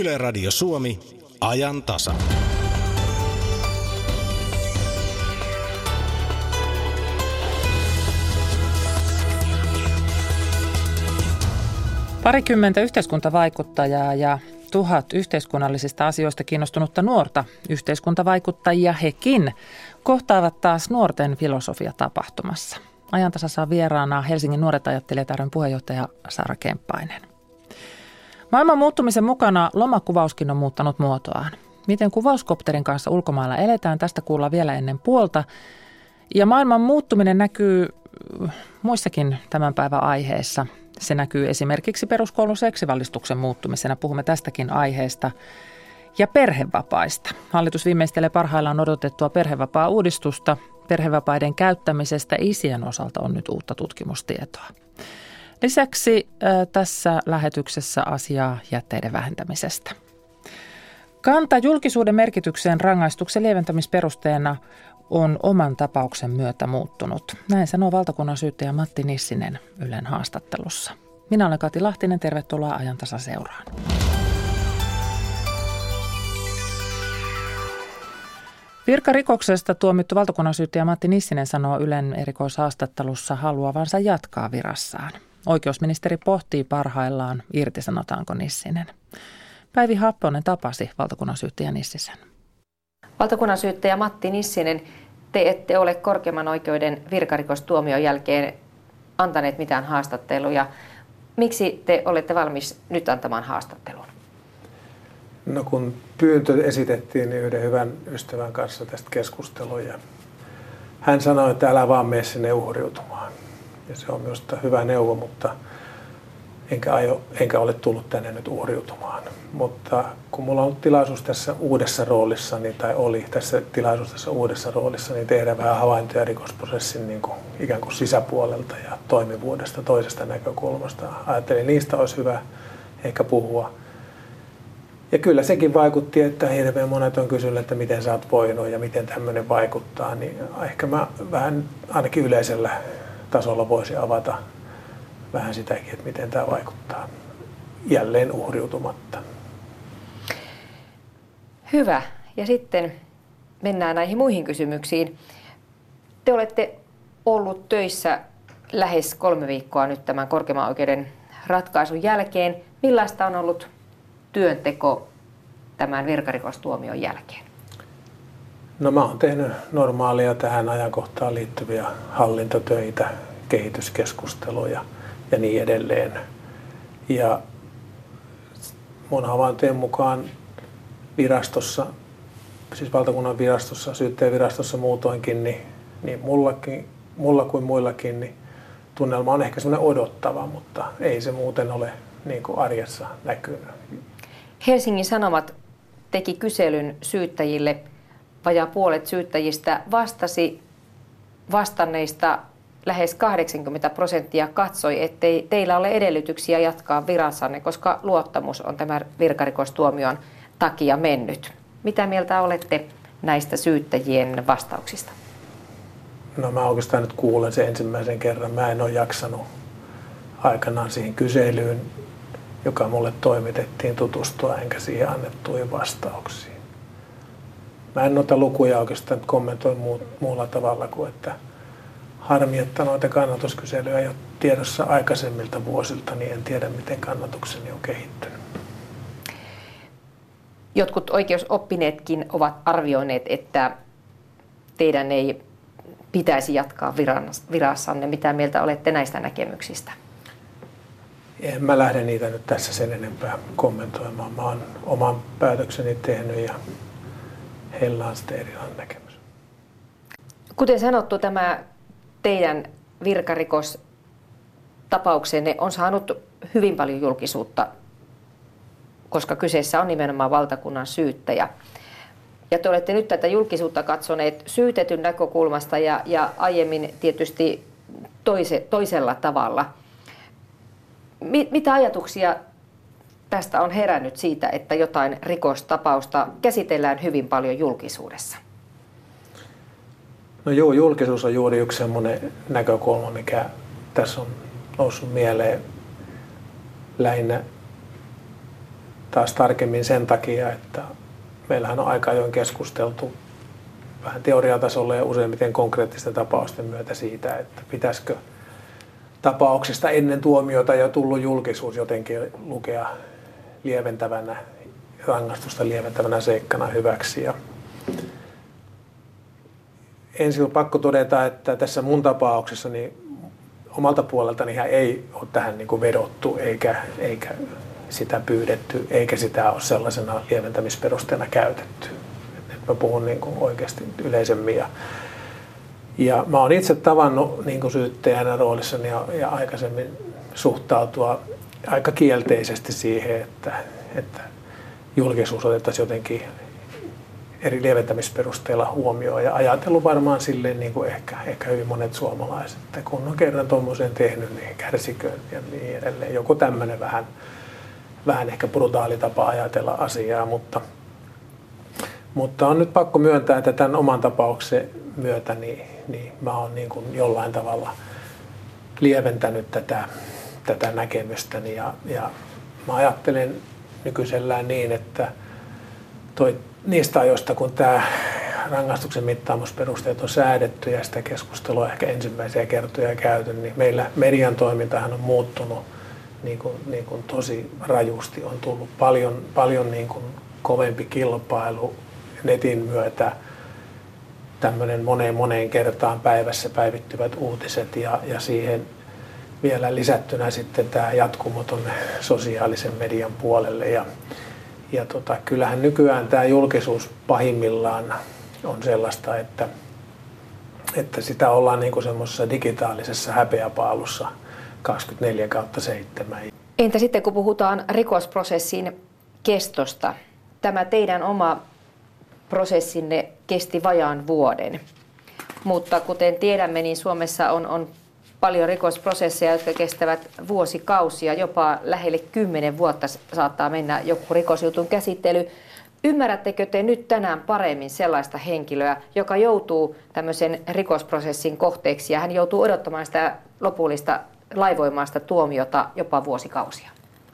Yle Radio Suomi, ajan tasa. Parikymmentä yhteiskuntavaikuttajaa ja 1000 yhteiskunnallisista asioista kiinnostunutta nuorta yhteiskuntavaikuttajia hekin kohtaavat taas nuorten filosofiatapahtumassa. Ajantasassa on vieraana Helsingin Nuoret ajattelijat ry:n puheenjohtaja Saara Kemppainen. Maailman muuttumisen mukana lomakuvauskin on muuttanut muotoaan. Miten kuvauskopterin kanssa ulkomailla eletään, tästä kuullaan vielä ennen puolta. Ja maailman muuttuminen näkyy muissakin tämän päivän aiheissa. Se näkyy esimerkiksi peruskoulun seksivalistuksen muuttumisena. Puhumme tästäkin aiheesta. Ja perhevapaista. Hallitus viimeistelee parhaillaan odotettua perhevapaa-uudistusta. Perhevapaiden käyttämisestä isien osalta on nyt uutta tutkimustietoa. Lisäksi tässä lähetyksessä asiaa jätteiden vähentämisestä. Kanta julkisuuden merkitykseen rangaistuksen lieventämisperusteena on oman tapauksen myötä muuttunut. Näin sanoo valtakunnansyyttäjä Matti Nissinen Ylen haastattelussa. Minä olen Kati Lahtinen, tervetuloa Ajantasa seuraan. Virkarikoksesta tuomittu valtakunnansyyttäjä Matti Nissinen sanoo Ylen erikoishaastattelussa haluavansa jatkaa virassaan. Oikeusministeri pohtii parhaillaan, irtisanotaanko Nissinen. Päivi Happonen tapasi valtakunnansyyttäjä Nissisen. Valtakunnansyyttäjä Matti Nissinen, te ette ole korkeimman oikeuden virkarikostuomion jälkeen antaneet mitään haastatteluja. Miksi te olette valmis nyt antamaan haastattelun? No kun pyyntö esitettiin, niin yhden hyvän ystävän kanssa tästä keskustelua. Hän sanoi, että älä vaan mene sinne uhriutumaan. Ja se on minusta hyvä neuvo, mutta enkä ole tullut tänne nyt uhriutumaan. Mutta kun mulla on ollut tilaisuus tässä uudessa roolissa, tässä uudessa roolissa, niin tehdä vähän havaintoja rikosprosessin niin kuin ikään kuin sisäpuolelta ja toimivuudesta toisesta näkökulmasta. Ajattelin, niistä olisi hyvä ehkä puhua. Ja kyllä sekin vaikutti, että hirveän monet on kysynyt, että miten sä oot voinut ja miten tämmöinen vaikuttaa. Niin ehkä mä vähän ainakin yleisellä tasolla voisin avata vähän sitäkin, että miten tämä vaikuttaa jälleen uhriutumatta. Hyvä. Ja sitten mennään näihin muihin kysymyksiin. Te olette ollut töissä lähes 3 viikkoa nyt tämän korkeimman oikeuden ratkaisun jälkeen. Millaista on ollut työnteko tämän virkarikostuomion jälkeen? No mä oon tehnyt normaalia tähän ajankohtaan liittyviä hallintotöitä, kehityskeskusteluja ja niin edelleen. Ja mun havaintojen mukaan virastossa, siis valtakunnan virastossa, syyttäjävirastossa muutoinkin, niin mulla kuin muillakin, niin tunnelma on ehkä semmoinen odottava, mutta ei se muuten ole niin kuin arjessa näkynyt. Helsingin Sanomat teki kyselyn syyttäjille. Vajaa puolet syyttäjistä vastanneista lähes 80% katsoi, ettei teillä ole edellytyksiä jatkaa virassanne, koska luottamus on tämän virkarikostuomion takia mennyt. Mitä mieltä olette näistä syyttäjien vastauksista? No mä oikeastaan nyt kuulen sen ensimmäisen kerran. Mä en ole jaksanut aikanaan siihen kyselyyn, joka mulle toimitettiin, tutustua enkä siihen annettuihin vastauksiin. Mä en noita lukuja oikeastaan kommentoi muulla tavalla kuin, että harmi, että noita kannatuskyselyjä ei ole tiedossa aikaisemmilta vuosilta, niin en tiedä, miten kannatukseni on kehittynyt. Jotkut oikeusoppineetkin ovat arvioineet, että teidän ei pitäisi jatkaa virassanne. Mitä mieltä olette näistä näkemyksistä? En mä lähde niitä nyt tässä sen enempää kommentoimaan. Mä oon oman päätökseni tehnyt ja heillä on sitten erilainen näkemys. Kuten sanottu, tämä teidän virkarikostapauksenne on saanut hyvin paljon julkisuutta, koska kyseessä on nimenomaan valtakunnan syyttäjä. Ja te olette nyt tätä julkisuutta katsoneet syytetyn näkökulmasta ja aiemmin tietysti toisella tavalla. Mitä ajatuksia tästä on herännyt siitä, että jotain rikostapausta käsitellään hyvin paljon julkisuudessa? No joo, julkisuus on juuri yksi semmoinen näkökulma, mikä tässä on noussut mieleen lähinnä taas tarkemmin sen takia, että meillähän on aika ajoin keskusteltu vähän teoriatasolla ja useimmiten konkreettisten tapausten myötä siitä, että pitäisikö tapauksesta ennen tuomiota jo tullut julkisuus jotenkin lukea lieventävänä, rangaistusta lieventävänä seikkana hyväksi. Ja ensin on pakko todeta, että tässä mun tapauksessa niin omalta puoleltani ei ole tähän niin kuin vedottu eikä sitä pyydetty, eikä sitä ole sellaisena lieventämisperusteena käytetty. Et mä puhun niin kuin oikeasti yleisemmin. Ja mä oon itse tavannut niin kuin syyttäjänä roolissani ja aikaisemmin suhtautua aika kielteisesti siihen, että julkisuus otettaisiin jotenkin eri lieventämisperusteilla huomioon ja ajatellut varmaan silleen niin kuin ehkä hyvin monet suomalaiset, että kun on kerran tuommoisen tehnyt, niin kärsiköön ja niin edelleen. Joku tämmöinen vähän ehkä brutaali tapa ajatella asiaa, mutta on nyt pakko myöntää, että tämän oman tapauksen myötä niin mä oon niin kuin jollain tavalla lieventänyt tätä näkemystäni ja mä ajattelen nykyisellään niin, että niistä ajoista, kun tämä rangaistuksen mittaamusperusteet on säädetty ja sitä keskustelua ehkä ensimmäisiä kertoja käyty, niin meillä median toimintahan on muuttunut niin kuin tosi rajusti. On tullut paljon niin kuin kovempi kilpailu netin myötä, tämmöinen moneen kertaan päivässä päivittyvät uutiset ja siihen vielä lisättynä sitten tämä jatkumo tuonne sosiaalisen median puolelle. Ja kyllähän nykyään tämä julkisuus pahimmillaan on sellaista, että sitä ollaan niin kuin semmoisessa digitaalisessa häpeäpaalussa 24/7. Entä sitten kun puhutaan rikosprosessin kestosta? Tämä teidän oma prosessinne kesti vajaan vuoden, mutta kuten tiedämme, niin Suomessa on paljon rikosprosesseja, jotka kestävät vuosikausia, jopa lähelle 10 vuotta saattaa mennä joku rikosjutun käsittely. Ymmärrättekö te nyt tänään paremmin sellaista henkilöä, joka joutuu tämmöisen rikosprosessin kohteeksi ja hän joutuu odottamaan sitä lopullista lainvoimaista tuomiota jopa vuosikausia?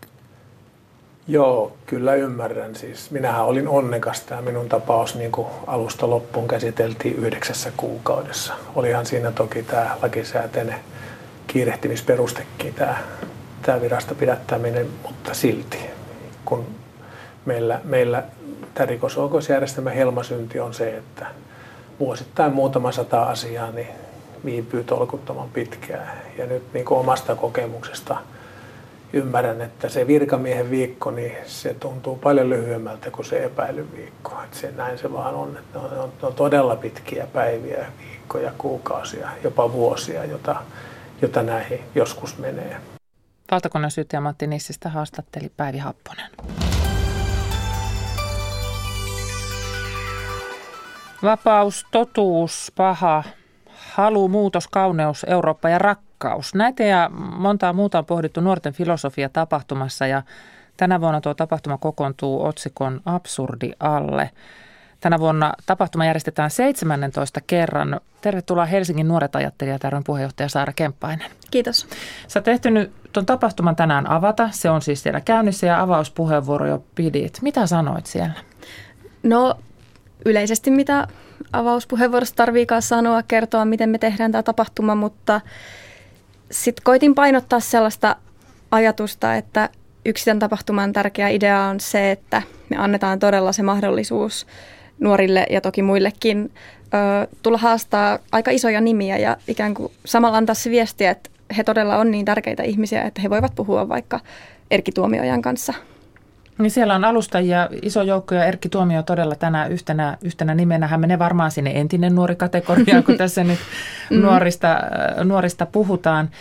Joo, kyllä ymmärrän. Siis minähän olin onnekas. Tämä minun tapaus niin kuin alusta loppuun käsiteltiin 9 kuukaudessa. Olihan siinä toki tämä lakisääteinen kiirehtimisperustekin, tämä virasta pidättäminen, mutta silti, kun meillä tämä rikosoikeusjärjestelmän helmasynti on se, että vuosittain muutama 100 asiaa niin viipyy tolkuttoman pitkään. Ja nyt niin kuin omasta kokemuksesta ymmärrän, että se virkamiehen viikko, niin se tuntuu paljon lyhyemmältä kuin se epäilyn viikko. Näin se vaan on, että ne on todella pitkiä päiviä, viikkoja, kuukausia, jopa vuosia, jota näihin joskus menee. Valtakunnansyyttäjä Matti Nissistä haastatteli Päivi Happonen. Vapaus, totuus, paha, halu, muutos, kauneus, Eurooppa ja rakkaus. Näitä ja montaa muuta on pohdittu nuorten filosofia-tapahtumassa ja tänä vuonna tuo tapahtuma kokoontuu otsikon Absurdi alle. Tänä vuonna tapahtuma järjestetään 17 kerran. Tervetuloa Helsingin Nuoret ajattelijat ry:n puheenjohtaja Saara Kemppainen. Kiitos. Sä oot ehtinyt tuon tapahtuman tänään avata. Se on siis siellä käynnissä ja avauspuheenvuoro jo pidit. Mitä sanoit siellä? No yleisesti mitä avauspuheenvuorossa tarviikaan sanoa, kertoa miten me tehdään tämä tapahtuma, mutta sitten koitin painottaa sellaista ajatusta, että yksi tämän tapahtuman tärkeä idea on se, että me annetaan todella se mahdollisuus nuorille ja toki muillekin tulla haastaa aika isoja nimiä ja ikään kuin samalla antaa se viestiä, että he todella on niin tärkeitä ihmisiä, että he voivat puhua vaikka Erkki Tuomiojan kanssa. Niin siellä on alustajia, iso joukko ja Erkki Tuomio todella tänään yhtenä nimenä. Hän menee varmaan sinne entinen nuori kategoria, kun tässä nyt nuorista puhutaan.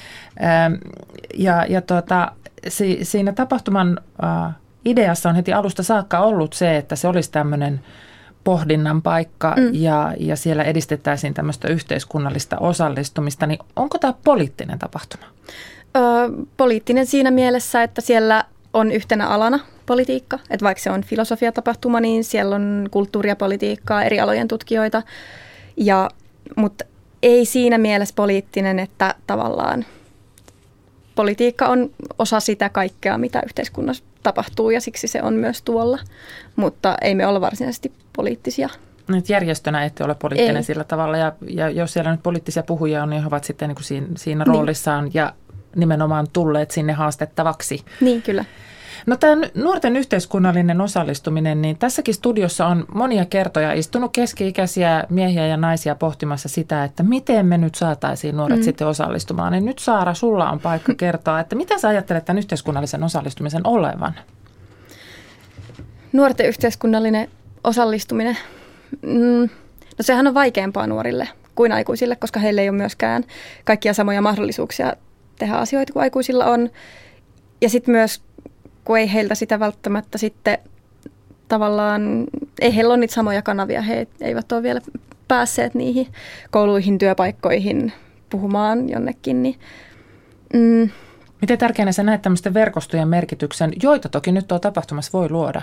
Siinä tapahtuman ideassa on heti alusta saakka ollut se, että se olisi tämmöinen pohdinnan paikka ja siellä edistettäisiin tämmöistä yhteiskunnallista osallistumista. Niin onko tämä poliittinen tapahtuma? Poliittinen siinä mielessä, että siellä on yhtenä alana politiikka. Että vaikka se on filosofiatapahtuma, niin siellä on kulttuuria, politiikkaa, eri alojen tutkijoita. Mutta ei siinä mielessä poliittinen, että tavallaan politiikka on osa sitä kaikkea, mitä yhteiskunnassa tapahtuu ja siksi se on myös tuolla, mutta ei me olla varsinaisesti poliittisia. Nyt järjestönä ette ole poliittinen ei. Sillä tavalla ja jos siellä nyt poliittisia puhujia on, niin he ovat sitten niin kuin siinä roolissaan ja nimenomaan tulleet sinne haastettavaksi. Niin, kyllä. No tämä nuorten yhteiskunnallinen osallistuminen, niin tässäkin studiossa on monia kertoja istunut keski-ikäisiä miehiä ja naisia pohtimassa sitä, että miten me nyt saataisiin nuoret sitten osallistumaan. Niin nyt Saara, sulla on paikka kertoa, että mitä sä ajattelet tämän yhteiskunnallisen osallistumisen olevan? Nuorten yhteiskunnallinen osallistuminen, no sehän on vaikeampaa nuorille kuin aikuisille, koska heillä ei ole myöskään kaikkia samoja mahdollisuuksia tehdä asioita kuin aikuisilla on. Ja sitten myös, kun ei heiltä sitä välttämättä sitten tavallaan, ei heillä ole niitä samoja kanavia, he eivät ole vielä päässeet niihin kouluihin, työpaikkoihin puhumaan jonnekin. Niin, Miten tärkeänä sä näet tämmöisten verkostojen merkityksen, joita toki nyt on tapahtumassa voi luoda?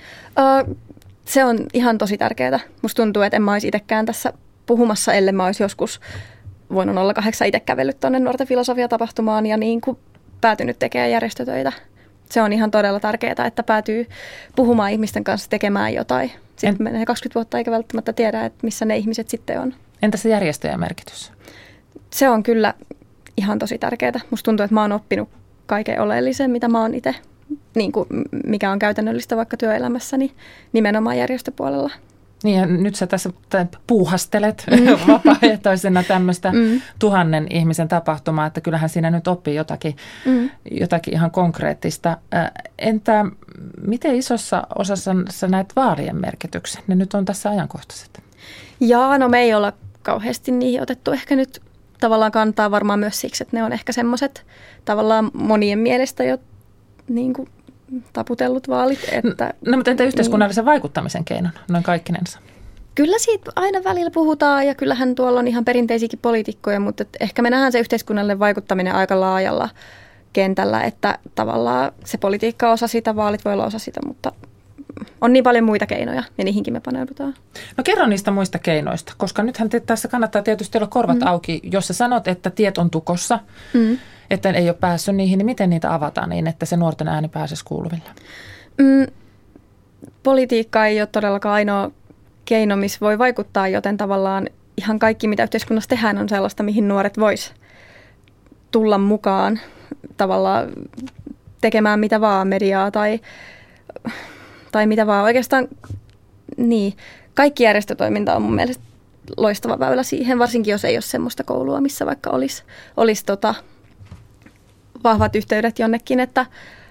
Se on ihan tosi tärkeää. Musta tuntuu, että en mä olisi itsekään tässä puhumassa, ellei mä olisi joskus voinut 08 itse kävellyt tuonne nuorten filosofiatapahtumaan ja niin kuin päätynyt tekemään järjestötöitä. Se on ihan todella tärkeää, että päätyy puhumaan ihmisten kanssa tekemään jotain. Sitten menee 20 vuotta eikä välttämättä tiedä, että missä ne ihmiset sitten on. Entä se järjestöjen merkitys? Se on kyllä ihan tosi tärkeää. Musta tuntuu, että mä oon oppinut kaiken oleellisen, mitä mä oon itse, niin kuin mikä on käytännöllistä vaikka työelämässäni, nimenomaan järjestöpuolella. Niin ja nyt sä tässä puuhastelet vapaaehtoisena tämmöistä 1000 ihmisen tapahtumaa, että kyllähän siinä nyt oppii jotakin ihan konkreettista. Entä miten isossa osassa sä näet vaalien merkityksen? Ne nyt on tässä ajankohtaiset. Jaa, no me ei olla kauheasti niihin otettu ehkä nyt tavallaan kantaa varmaan myös siksi, että ne on ehkä semmoiset tavallaan monien mielestä jo niin kuin taputellut vaalit. Että, no mutta entä yhteiskunnallisen vaikuttamisen keinon, noin kaikkinensa? Kyllä siitä aina välillä puhutaan ja kyllähän tuolla on ihan perinteisiäkin poliitikkoja, mutta ehkä me nähdään se yhteiskunnallinen vaikuttaminen aika laajalla kentällä, että tavallaan se politiikka on osa sitä, vaalit voi olla osa sitä, mutta on niin paljon muita keinoja ja niihinkin me paneudutaan. No kerro niistä muista keinoista, koska nythän tässä kannattaa tietysti olla korvat auki, jos sä sanot, että tiet on tukossa, että ei ole päässyt niihin, niin miten niitä avataan niin, että se nuorten ääni pääsisi kuuluville? Politiikka ei ole todellakaan ainoa keino, missä voi vaikuttaa, joten tavallaan ihan kaikki, mitä yhteiskunnassa tehdään, on sellaista, mihin nuoret vois tulla mukaan tavallaan tekemään mitä vaan, mediaa tai mitä vaan. Oikeastaan niin, kaikki järjestötoiminta on mun mielestä loistava väylä siihen, varsinkin jos ei ole semmoista koulua, missä vaikka olisi vahvat yhteydet jonnekin, että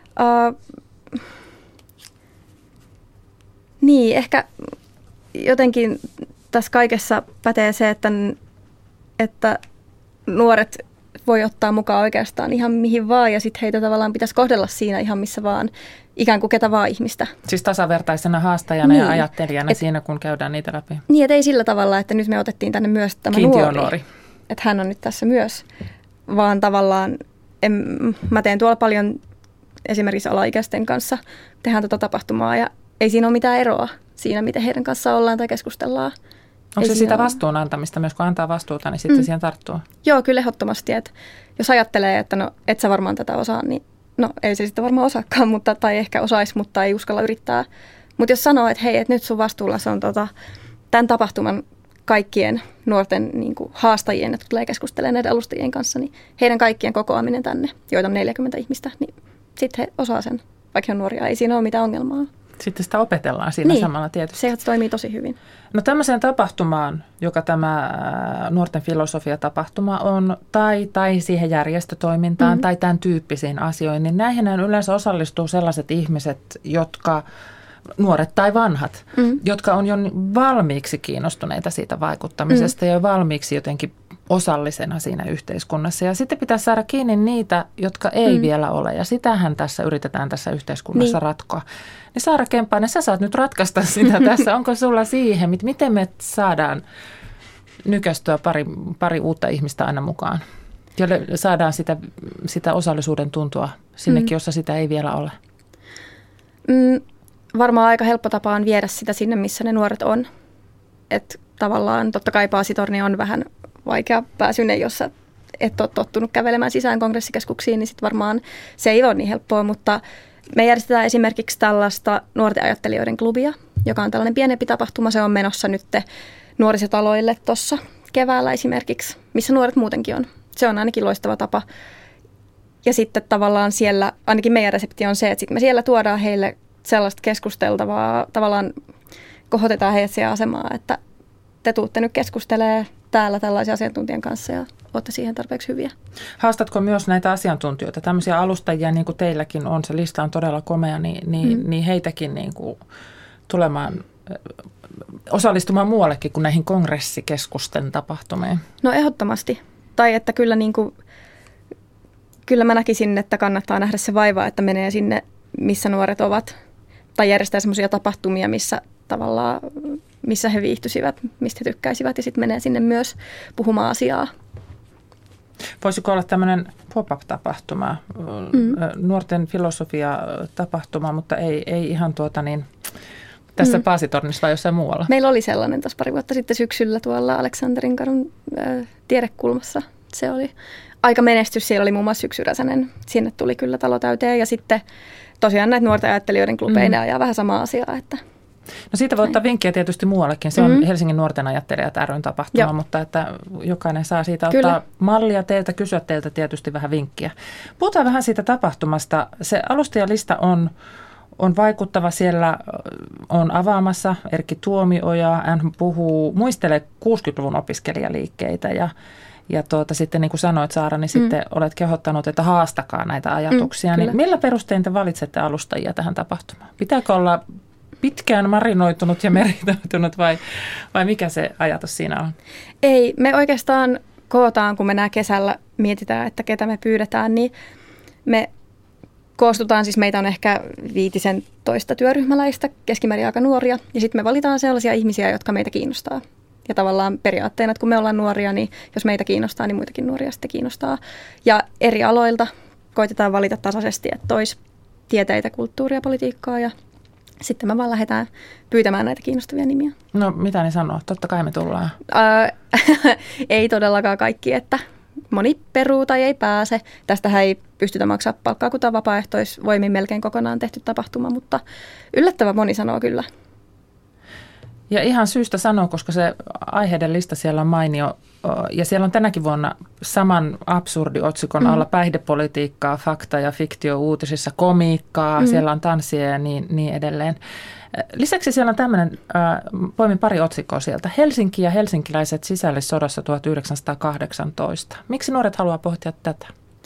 niin, ehkä jotenkin tässä kaikessa pätee se, että nuoret voi ottaa mukaan oikeastaan ihan mihin vaan ja sitten heitä tavallaan pitäisi kohdella siinä ihan missä vaan, ikään kuin ketä vaan ihmistä. Siis tasavertaisena haastajana ja ajattelijana siinä, kun käydään niitä läpi. Niin, että ei sillä tavalla, että nyt me otettiin tänne myös tämä nuori. Että hän on nyt tässä myös, vaan tavallaan mä teen tuolla paljon esimerkiksi alaikäisten kanssa, tehdään tätä tapahtumaa ja ei siinä ole mitään eroa siinä, miten heidän kanssa ollaan tai keskustellaan. Onko se sitä vastuun antamista myös, kun antaa vastuuta, niin sitten siihen tarttuu? Joo, kyllä ehdottomasti. Että jos ajattelee, että no et sä varmaan tätä osaa, niin no ei se sitten varmaan osaakaan, tai ehkä osaisi, mutta ei uskalla yrittää. Mutta jos sanoo, että hei, että nyt sun vastuulla se on tämän tapahtuman kaikkien nuorten niin kuin haastajien, jotka tulee keskustelemaan näiden alustajien kanssa, niin heidän kaikkien kokoaminen tänne, joita on 40 ihmistä, niin sitten he osaa sen, vaikka on nuoria. Ei siinä ole mitään ongelmaa. Sitten sitä opetellaan siinä samalla tietysti. Se toimii tosi hyvin. No tämmöiseen tapahtumaan, joka tämä nuorten filosofia-tapahtuma on, tai siihen järjestötoimintaan, tai tämän tyyppisiin asioihin, niin näihin yleensä osallistuu sellaiset ihmiset, jotka, nuoret tai vanhat, jotka on jo valmiiksi kiinnostuneita siitä vaikuttamisesta ja valmiiksi jotenkin osallisena siinä yhteiskunnassa. Ja sitten pitää saada kiinni niitä, jotka ei vielä ole. Ja sitähän tässä yritetään tässä yhteiskunnassa ratkoa. Niin Saara Kemppainen, sä saat nyt ratkaista sitä tässä. Onko sulla siihen, miten me saadaan nykästöä pari uutta ihmistä aina mukaan? Ja saadaan sitä osallisuuden tuntua sinnekin, jossa sitä ei vielä ole. Varmaan aika helppo tapa on viedä sitä sinne, missä ne nuoret on. Että tavallaan totta kai Paasitorni on vähän vaikea pääsyinen, jossa et ole tottunut kävelemään sisään kongressikeskuksiin, niin sitten varmaan se ei ole niin helppoa, mutta me järjestetään esimerkiksi tällaista nuorten ajattelijoiden klubia, joka on tällainen pienempi tapahtuma. Se on menossa nyt nuorisotaloille tuossa keväällä esimerkiksi, missä nuoret muutenkin on. Se on ainakin loistava tapa. Ja sitten tavallaan siellä, ainakin meidän resepti on se, että sitten me siellä tuodaan heille sellaista keskusteltavaa, tavallaan kohotetaan heidät siihen asemaan, että te tuutte nyt keskustelemaan täällä tällaisen asiantuntijan kanssa ja olette siihen tarpeeksi hyviä. Haastatko myös näitä asiantuntijoita, tämmöisiä alustajia, niin kuin teilläkin on, se lista on todella komea, niin heitäkin niin kuin tulemaan, osallistumaan muuallekin kuin näihin kongressikeskusten tapahtumiin? No ehdottomasti. Tai että kyllä, kyllä mä näkisin, että kannattaa nähdä se vaiva, että menee sinne, missä nuoret ovat. Tai järjestää semmoisia tapahtumia, missä he viihtyisivät, mistä he tykkäisivät ja sitten menee sinne myös puhumaan asiaa. Voisiko olla tämmöinen pop-up-tapahtuma, nuorten filosofia-tapahtuma, mutta ei ihan tässä Paasitornissa vai jossain muualla? Meillä oli sellainen tuossa pari vuotta sitten syksyllä tuolla Aleksanterinkarun tiedekulmassa. Se oli aika menestys. Siellä oli muun muassa Syksy Räsänen. Sinne tuli kyllä talo täyteen ja sitten tosiaan näitä nuorten ajattelijoiden klubeja, ne ajaa vähän samaa asiaa. Että no siitä voi ottaa vinkkiä tietysti muuallekin. Se on Helsingin nuorten ajattelijat ryn tapahtuma, Joo. mutta että jokainen saa siitä ottaa mallia teiltä, kysyä teiltä tietysti vähän vinkkiä. Puhutaan vähän siitä tapahtumasta. Se alustajalista on vaikuttava. Siellä on avaamassa Erkki Tuomioja. Hän muistelee 60-luvun opiskelijaliikkeitä ja sitten niin kuin sanoit Saara, niin sitten olet kehottanut, että haastakaa näitä ajatuksia. Niin millä perustein te valitsette alustajia tähän tapahtumaan? Pitääkö olla pitkään marinoitunut ja meritoitunut vai mikä se ajatus siinä on? Ei, me oikeastaan kootaan, kun me nämä kesällä mietitään, että ketä me pyydetään, niin me koostutaan, siis meitä on ehkä 15 työryhmäläistä, keskimäärin aika nuoria, ja sitten me valitaan sellaisia ihmisiä, jotka meitä kiinnostaa. Ja tavallaan periaatteena, että kun me ollaan nuoria, niin jos meitä kiinnostaa, niin muitakin nuoria sitten kiinnostaa. Ja eri aloilta koitetaan valita tasaisesti, että tois tieteitä, kulttuuria, politiikkaa ja sitten me vaan lähdetään pyytämään näitä kiinnostavia nimiä. No mitä ne sanoo? Totta kai me tullaan. Ei todellakaan kaikki, että moni peruu tai ei pääse. Tästähän ei pystytä maksaa palkkaa, kun tämä vapaaehtoisvoimin melkein kokonaan tehty tapahtuma, mutta yllättävän moni sanoo kyllä. Ja ihan syystä sanoo, koska se aiheiden lista siellä on mainio. Ja siellä on tänäkin vuonna saman absurdi otsikon alla päihdepolitiikkaa, fakta ja fiktio uutisissa, komiikkaa, siellä on tanssia ja niin edelleen. Lisäksi siellä on tämmöinen, poimin pari otsikkoa sieltä, Helsinki ja helsinkiläiset sisällissodassa 1918. Miksi nuoret haluaa pohtia tätä?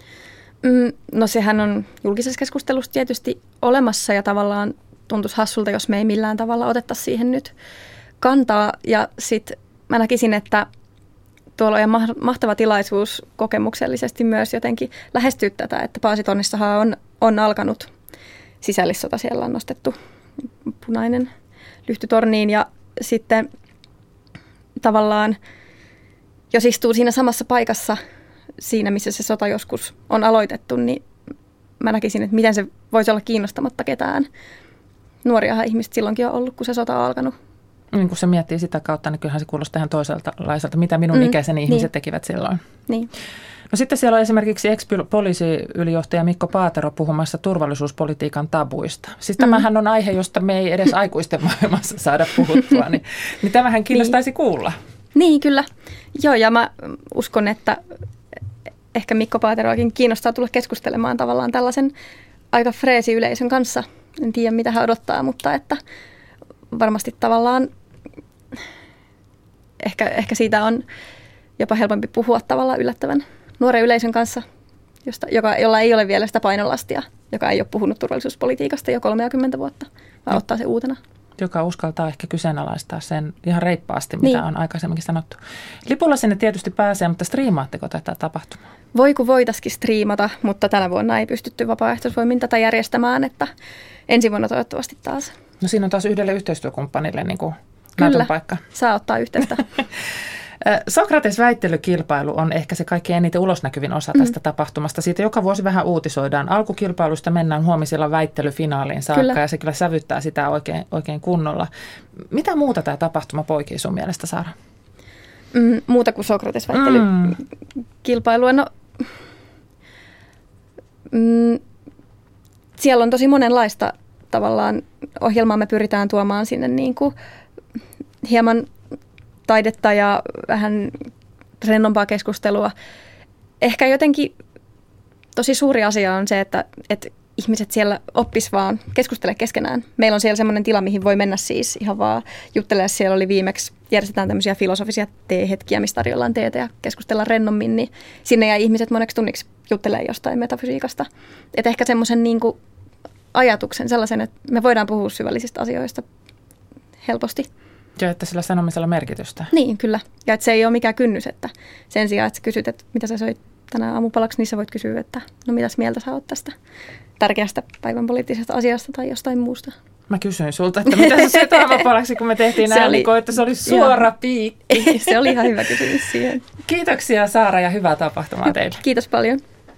No sehän on julkisessa keskustelussa tietysti olemassa ja tavallaan tuntuisi hassulta, jos me ei millään tavalla otettaisi siihen nyt kantaa. Ja sitten mä näkisin, että tuolla on mahtava tilaisuus kokemuksellisesti myös jotenkin lähestyä tätä, että Paasitornissahan on alkanut sisällissota, siellä on nostettu punainen lyhtytorniin ja sitten tavallaan, jos istuu siinä samassa paikassa, siinä missä se sota joskus on aloitettu, niin mä näkisin, että miten se voisi olla kiinnostamatta ketään. Nuoriahan ihmiset silloinkin on ollut, kun se sota on alkanut. Niin kun se miettii sitä kautta, niin kyllähän se kuulostaa ihan toiselta, mitä minun ikäiseni ihmiset tekivät silloin. Niin. No sitten siellä on esimerkiksi ex-poliisiylijohtaja Mikko Paatero puhumassa turvallisuuspolitiikan tabuista. Siis tämähän on aihe, josta me ei edes aikuisten maailmassa saada puhuttua, niin tämähän kiinnostaisi kuulla. Niin, kyllä. Joo, ja mä uskon, että ehkä Mikko Paateroakin kiinnostaa tulla keskustelemaan tavallaan tällaisen aika freesi yleisön kanssa. En tiedä, mitä hän odottaa, mutta että varmasti tavallaan ehkä siitä on jopa helpompi puhua tavallaan yllättävän nuoren yleisön kanssa, jolla ei ole vielä sitä painolastia, joka ei ole puhunut turvallisuuspolitiikasta jo 30 vuotta, vaan ottaa se uutena. Joka uskaltaa ehkä kyseenalaistaa sen ihan reippaasti, mitä on aikaisemminkin sanottu. Lipulla sinne tietysti pääsee, mutta striimaatteko tätä tapahtumaa? Voi kun voitaisiin striimata, mutta tänä vuonna ei pystytty vapaaehtoisvoimin tätä järjestämään, että ensi vuonna toivottavasti taas. No siinä on taas yhdelle yhteistyökumppanille niin kuin näytön paikka. Kyllä, saa ottaa yhteyttä. Sokrates-väittelykilpailu on ehkä se kaikkein eniten ulosnäkyvin osa tästä tapahtumasta. Siitä joka vuosi vähän uutisoidaan. Alkukilpailusta mennään huomisilla väittelyfinaaliin saakka ja se kyllä sävyttää sitä oikein kunnolla. Mitä muuta tämä tapahtuma poikii sun mielestä, Saara? Muuta kuin Sokrates-väittelykilpailua. No, siellä on tosi monenlaista tavallaan ohjelmaa. Me pyritään tuomaan sinne niin kuin hieman taidetta ja vähän rennompaa keskustelua. Ehkä jotenkin tosi suuri asia on se, että ihmiset siellä oppis vaan keskustele keskenään. Meillä on siellä semmoinen tila, mihin voi mennä siis ihan vaan juttelemaan. Siellä oli viimeksi, järjestetään tämmöisiä filosofisia teehetkiä, missä tarjollaan teetä ja keskustellaan rennommin, niin sinne jäi ihmiset moneksi tunniksi juttelemaan jostain metafysiikasta. Että ehkä semmoisen niin kuin ajatuksen sellaisen, että me voidaan puhua syvällisistä asioista helposti. Ja että sillä sanomisella merkitystä. Niin, kyllä. Ja että se ei ole mikään kynnys, että sen sijaan, että sä kysyt, että mitä sä söit tänään aamupalaksi, niin sä voit kysyä, että no mitäs mieltä sä oot tästä tärkeästä päivän poliittisesta asiasta tai jostain muusta. Mä kysyin sulta, että mitä sä söit aamupalaksi, kun me tehtiin äänikoa, että se oli suora piikki. Se oli ihan hyvä kysymys siihen. Kiitoksia Saara ja hyvää tapahtumaa teille. Kiitos paljon.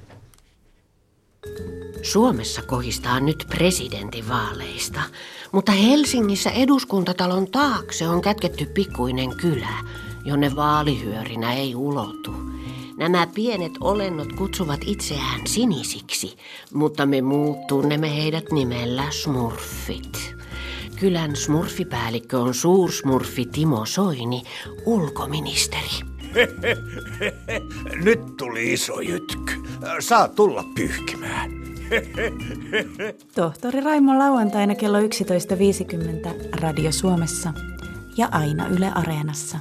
Suomessa kohistaa nyt presidentinvaaleista, mutta Helsingissä Eduskuntatalon taakse on kätketty pikkuinen kylä, jonne vaalihyörinä ei ulotu. Nämä pienet olennot kutsuvat itseään sinisiksi, mutta me muut tunnemme heidät nimellä smurfit. Kylän smurfipäällikkö on suursmurfi Timo Soini, ulkoministeri. Nyt tuli iso jytky. Saa tulla pyyhkimään. Tohtori Raimo lauantaina kello 11.50 Radio Suomessa ja aina Yle Areenassa.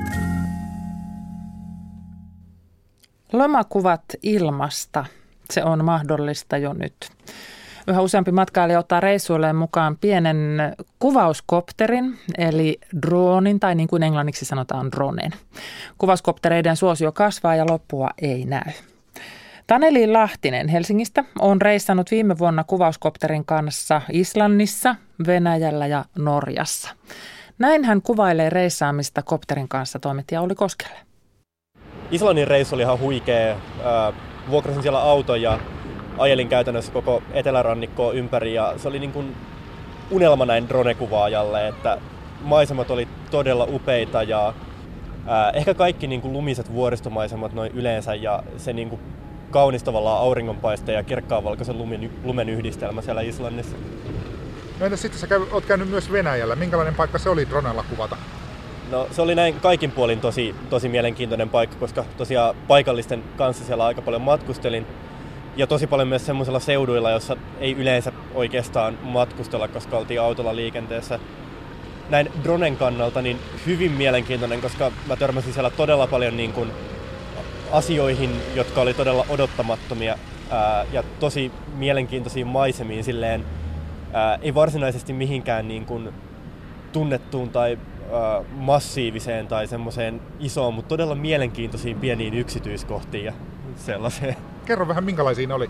Lomakuvat ilmasta. Se on mahdollista jo nyt. Yhä useampi matkailija ottaa reissuilleen mukaan pienen kuvauskopterin, eli dronin, tai niin kuin englanniksi sanotaan dronen. Kuvauskoptereiden suosio kasvaa ja loppua ei näy. Taneli Lahtinen Helsingistä on reissannut viime vuonna kuvauskopterin kanssa Islannissa, Venäjällä ja Norjassa. Näin hän kuvailee reissaamista kopterin kanssa toimittaja Olli Koskelle. Islannin reissu oli ihan huikea. Vuokrasin siellä auton ja ajelin käytännössä koko etelärannikkoa ympäri ja se oli niin kuin unelma näin drone-kuvaajalle, että maisemat oli todella upeita ja ehkä kaikki niin kuin lumiset vuoristomaisemat noin yleensä ja se niin kuin kaunis tavallaan auringonpaiste ja kirkkaanvalkoisen lumen yhdistelmä siellä Islannissa. No entäs sitten sä oot käynyt myös Venäjällä. Minkälainen paikka se oli dronella kuvata? No se oli näin kaikin puolin tosi mielenkiintoinen paikka, koska tosiaan paikallisten kanssa siellä aika paljon matkustelin. Ja tosi paljon myös semmoisilla seuduilla, jossa ei yleensä oikeastaan matkustella, koska oltiin autolla liikenteessä. Näin dronen kannalta niin hyvin mielenkiintoinen, koska mä törmäsin siellä todella paljon niin kuin asioihin, jotka oli todella odottamattomia ja tosi mielenkiintoisiin maisemiin silleen. Ei varsinaisesti mihinkään niin kuin tunnettuun tai massiiviseen tai semmoiseen isoon, mutta todella mielenkiintoisiin pieniin yksityiskohtiin ja sellaiseen. Kerro vähän, minkälaisia ne oli?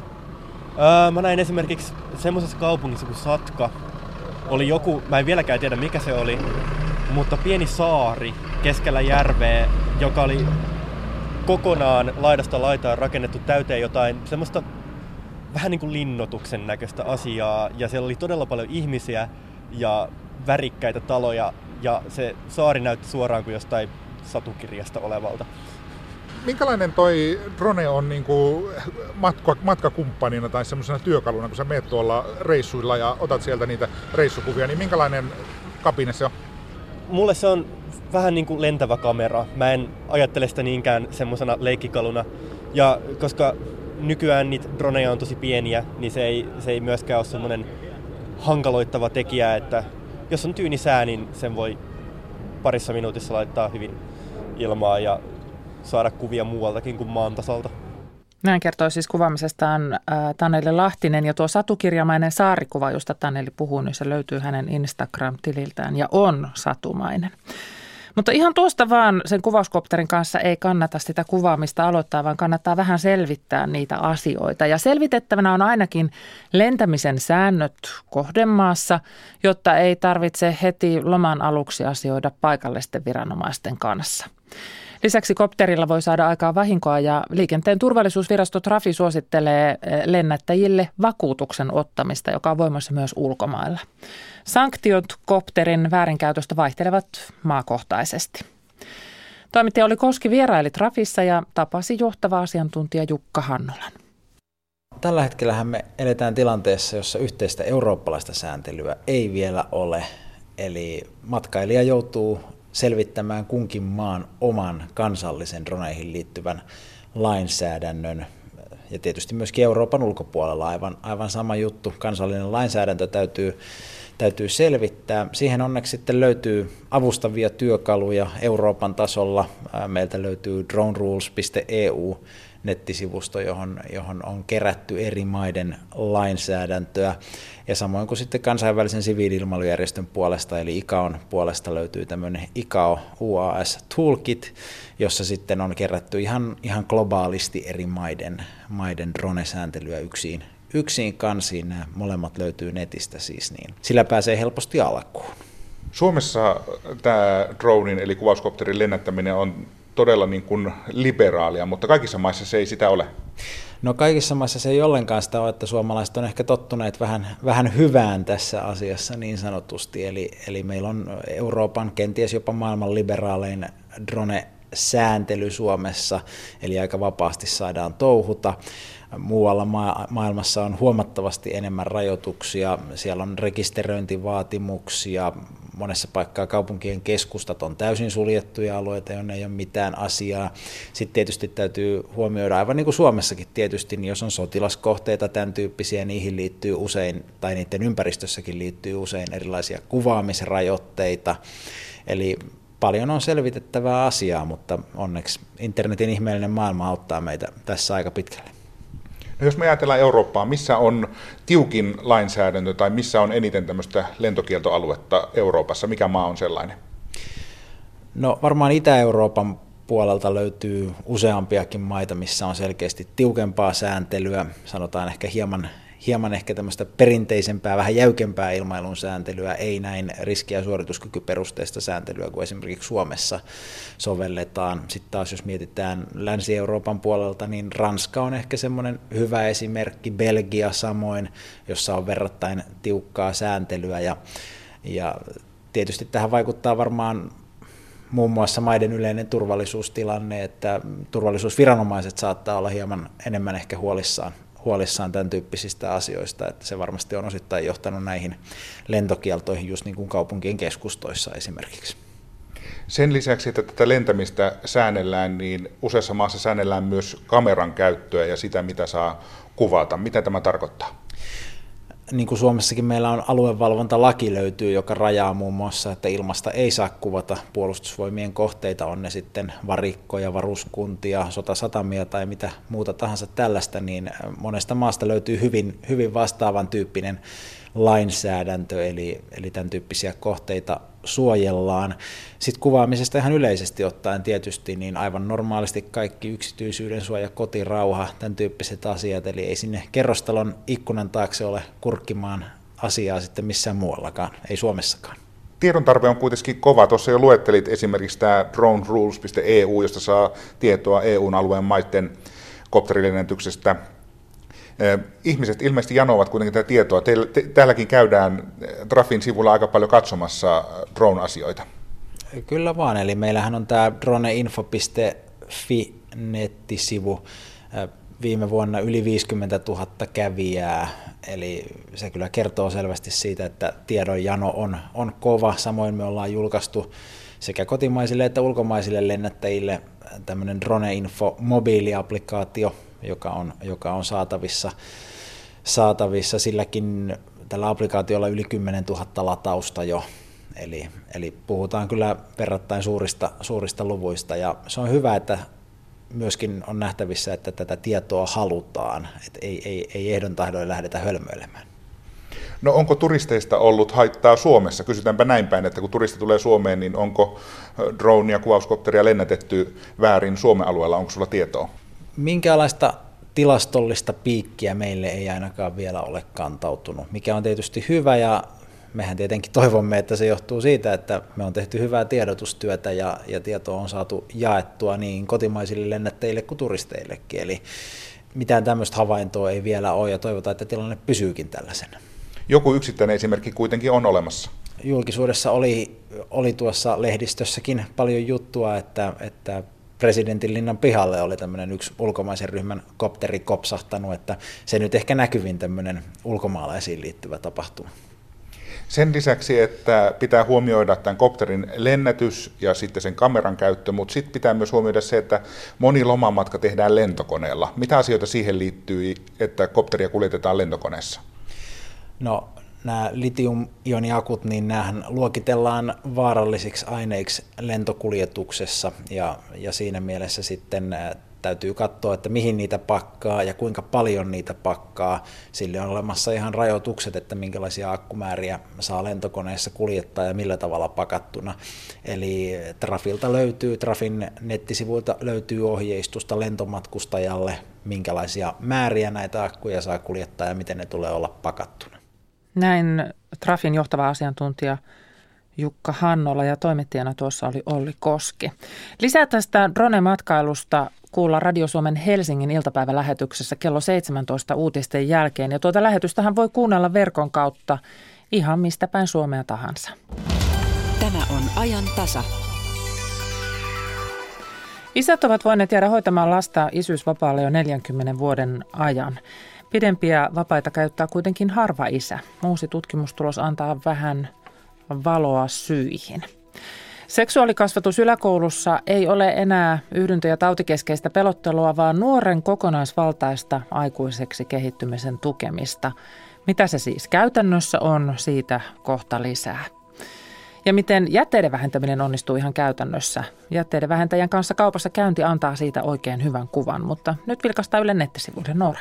Mä näin esimerkiksi semmoisessa kaupungissa kuin Satka. Oli joku, mä en vieläkään tiedä mikä se oli, mutta pieni saari keskellä järveä, joka oli kokonaan laidasta laitaan rakennettu täyteen jotain semmoista vähän niin kuin linnoituksen näköistä asiaa. Ja siellä oli todella paljon ihmisiä ja värikkäitä taloja ja se saari näytti suoraan kuin jostain satukirjasta olevalta. Minkälainen toi drone on niinku matkakumppanina tai semmoisena työkaluna, kun sä meet tuolla reissuilla ja otat sieltä niitä reissukuvia, niin minkälainen kapine se on? Mulle se on vähän niin kuin lentävä kamera. Mä en ajattele sitä niinkään semmoisena leikkikaluna. Ja koska nykyään niitä droneja on tosi pieniä, niin se ei myöskään ole semmoinen hankaloittava tekijä, että jos on tyyni sää, niin sen voi parissa minuutissa laittaa hyvin ilmaan ja saada kuvia muualtakin kuin maan tasalta. Näin kertoi siis kuvaamisestaan Taneli Lahtinen ja tuo satukirjamainen saarikuva, josta Taneli puhuu, niin se löytyy hänen Instagram-tililtään ja on satumainen. Mutta ihan tuosta vaan sen kuvauskopterin kanssa ei kannata sitä kuvaamista aloittaa, vaan kannattaa vähän selvittää niitä asioita. Ja selvitettävänä on ainakin lentämisen säännöt kohdemaassa, jotta ei tarvitse heti loman aluksi asioida paikallisten viranomaisten kanssa. Lisäksi kopterilla voi saada aikaan vahinkoa ja liikenteen turvallisuusvirasto Trafi suosittelee lennättäjille vakuutuksen ottamista, joka on voimassa myös ulkomailla. Sanktiot kopterin väärinkäytöstä vaihtelevat maakohtaisesti. Toimittaja Olli Koski vieraili Trafissa ja tapasi johtava asiantuntija Jukka Hannolan. Tällä hetkellähän me eletään tilanteessa, jossa yhteistä eurooppalaista sääntelyä ei vielä ole. Eli matkailija joutuu selvittämään kunkin maan oman kansallisen droneihin liittyvän lainsäädännön. Ja tietysti myöskin Euroopan ulkopuolella aivan sama juttu. Kansallinen lainsäädäntö täytyy selvittää. Siihen onneksi sitten löytyy avustavia työkaluja Euroopan tasolla. Meiltä löytyy dronerules.eu nettisivusto, johon on kerätty eri maiden lainsäädäntöä. Ja samoin kuin sitten kansainvälisen siviili-ilmailujärjestön puolesta, eli ICAOn puolesta löytyy tämmöinen ICAO UAS Toolkit, jossa sitten on kerätty ihan globaalisti eri maiden drone-sääntelyä yksin kansiin. Nämä molemmat löytyy netistä siis, niin sillä pääsee helposti alkuun. Suomessa tämä dronein eli kuvauskopterin lennättäminen on todella niin kuin liberaalia, mutta kaikissa maissa se ei sitä ole. No kaikissa maissa se ei ollenkaan sitä ole, että suomalaiset on ehkä tottuneet vähän hyvään tässä asiassa niin sanotusti. Eli meillä on Euroopan, kenties jopa maailman liberaalein drone-sääntely Suomessa, eli aika vapaasti saadaan touhuta. Muualla maailmassa on huomattavasti enemmän rajoituksia, siellä on rekisteröintivaatimuksia, monessa paikkaa kaupunkien keskustat on täysin suljettuja alueita, jonne ei ole mitään asiaa. Sitten tietysti täytyy huomioida, aivan niin kuin Suomessakin tietysti, niin jos on sotilaskohteita, tämän tyyppisiä, niihin liittyy usein, tai niiden ympäristössäkin liittyy usein erilaisia kuvaamisrajoitteita. Eli paljon on selvitettävää asiaa, mutta onneksi internetin ihmeellinen maailma auttaa meitä tässä aika pitkälle. No jos me ajatellaan Eurooppaa, missä on tiukin lainsäädäntö tai missä on eniten tämmöistä lentokieltoaluetta Euroopassa? Mikä maa on sellainen? No varmaan Itä-Euroopan puolelta löytyy useampiakin maita, missä on selkeästi tiukempaa sääntelyä, sanotaan ehkä hieman ehkä tämmöistä perinteisempää, vähän jäykempää ilmailun sääntelyä, ei näin riski- ja suorituskykyperusteista sääntelyä kuin esimerkiksi Suomessa sovelletaan. Sitten taas jos mietitään Länsi-Euroopan puolelta, niin Ranska on ehkä semmoinen hyvä esimerkki, Belgia samoin, jossa on verrattain tiukkaa sääntelyä ja tietysti tähän vaikuttaa varmaan muun muassa maiden yleinen turvallisuustilanne, että turvallisuusviranomaiset saattaa olla hieman enemmän ehkä huolissaan tämän tyyppisistä asioista, että se varmasti on osittain johtanut näihin lentokieltoihin just niin kuin kaupunkien keskustoissa esimerkiksi. Sen lisäksi, että tätä lentämistä säännellään, niin useassa maassa säännellään myös kameran käyttöä ja sitä, mitä saa kuvata. Mitä tämä tarkoittaa? Niin kuin Suomessakin meillä on aluevalvontalaki löytyy, joka rajaa muun muassa, että ilmasta ei saa kuvata puolustusvoimien kohteita, on ne sitten varikkoja, varuskuntia, sotasatamia tai mitä muuta tahansa tällaista, niin monesta maasta löytyy hyvin vastaavan tyyppinen lainsäädäntö, eli tämän tyyppisiä kohteita suojellaan. Sitten kuvaamisesta ihan yleisesti ottaen tietysti, niin aivan normaalisti kaikki yksityisyyden suoja, kotirauha, tämän tyyppiset asiat, eli ei sinne kerrostalon ikkunan taakse ole kurkkimaan asiaa sitten missään muuallakaan, ei Suomessakaan. Tiedon tarve on kuitenkin kova. Tuossa jo luettelit esimerkiksi tämä dronerules.eu, josta saa tietoa EUn alueen maiden kopterilennätyksestä. Ihmiset ilmeisesti janovat kuitenkin tätä tietoa. Täälläkin käydään Trafin sivulla aika paljon katsomassa drone-asioita. Kyllä vaan, eli meillähän on tämä droneinfo.fi-nettisivu. Viime vuonna yli 50 000 kävijää, eli se kyllä kertoo selvästi siitä, että tiedonjano on kova. Samoin me ollaan julkaistu sekä kotimaisille että ulkomaisille lennättäjille tämmöinen Droneinfo-mobiiliaplikaatio, joka on saatavissa. Silläkin tällä applikaatiolla yli 10 000 latausta jo, eli puhutaan kyllä verrattain suurista luvuista, ja se on hyvä, että myöskin on nähtävissä, että tätä tietoa halutaan, että ei ehdon tahdoin lähdetä hölmöilemään. No onko turisteista ollut haittaa Suomessa? Kysytäänpä näin päin, että kun turisti tulee Suomeen, niin onko drone- ja kuvauskopteria lennätetty väärin Suomen alueella? Onko sulla tietoa? Minkälaista tilastollista piikkiä meille ei ainakaan vielä ole kantautunut, mikä on tietysti hyvä, ja mehän tietenkin toivomme, että se johtuu siitä, että me on tehty hyvää tiedotustyötä ja tietoa on saatu jaettua niin kotimaisille lennättäjille kuin turisteillekin. Eli mitään tämmöistä havaintoa ei vielä ole, ja toivotaan, että tilanne pysyykin tällaisena. Joku yksittäinen esimerkki kuitenkin on olemassa. julkisuudessa oli tuossa lehdistössäkin paljon juttua, että presidentin linnan pihalle oli tämmöinen yksi ulkomaisen ryhmän kopteri kopsahtanut, että se nyt ehkä näkyvin tämmöinen ulkomaalaisiin liittyvä tapahtuma. Sen lisäksi, että pitää huomioida tämän kopterin lennätys ja sitten sen kameran käyttö, mutta sitten pitää myös huomioida se, että moni lomamatka tehdään lentokoneella. Mitä asioita siihen liittyy, että kopteria kuljetetaan lentokoneessa? No, nämä litium-ioniakut, niin näähän luokitellaan vaarallisiksi aineiksi lentokuljetuksessa ja siinä mielessä sitten täytyy katsoa, että mihin niitä pakkaa ja kuinka paljon niitä pakkaa. Sille on olemassa ihan rajoitukset, että minkälaisia akkumääriä saa lentokoneessa kuljettaa ja millä tavalla pakattuna. Eli Trafin nettisivuilta löytyy ohjeistusta lentomatkustajalle, minkälaisia määriä näitä akkuja saa kuljettaa ja miten ne tulee olla pakattuna. Näin Trafin johtava asiantuntija Jukka Hannola ja toimittajana tuossa oli Olli Koski. Lisää tästä drone-matkailusta kuulla Radio Suomen Helsingin iltapäivälähetyksessä kello 17 uutisten jälkeen. Ja tuota lähetystähän voi kuunnella verkon kautta ihan mistä päin Suomea tahansa. Tämä on ajan tasa. Isät ovat voineet jäädä hoitamaan lasta isyysvapaalle jo 40 vuoden ajan. Pidempiä vapaita käyttää kuitenkin harva isä. Uusi tutkimustulos antaa vähän valoa syihin. Seksuaalikasvatus yläkoulussa ei ole enää yhdyntä- ja tautikeskeistä pelottelua, vaan nuoren kokonaisvaltaista aikuiseksi kehittymisen tukemista. Mitä se siis käytännössä on, siitä kohta lisää. Ja miten jätteiden vähentäminen onnistuu ihan käytännössä. Jätteiden vähentäjän kanssa kaupassa käynti antaa siitä oikein hyvän kuvan, mutta nyt vilkaistaan Ylen nettisivuille. Noora.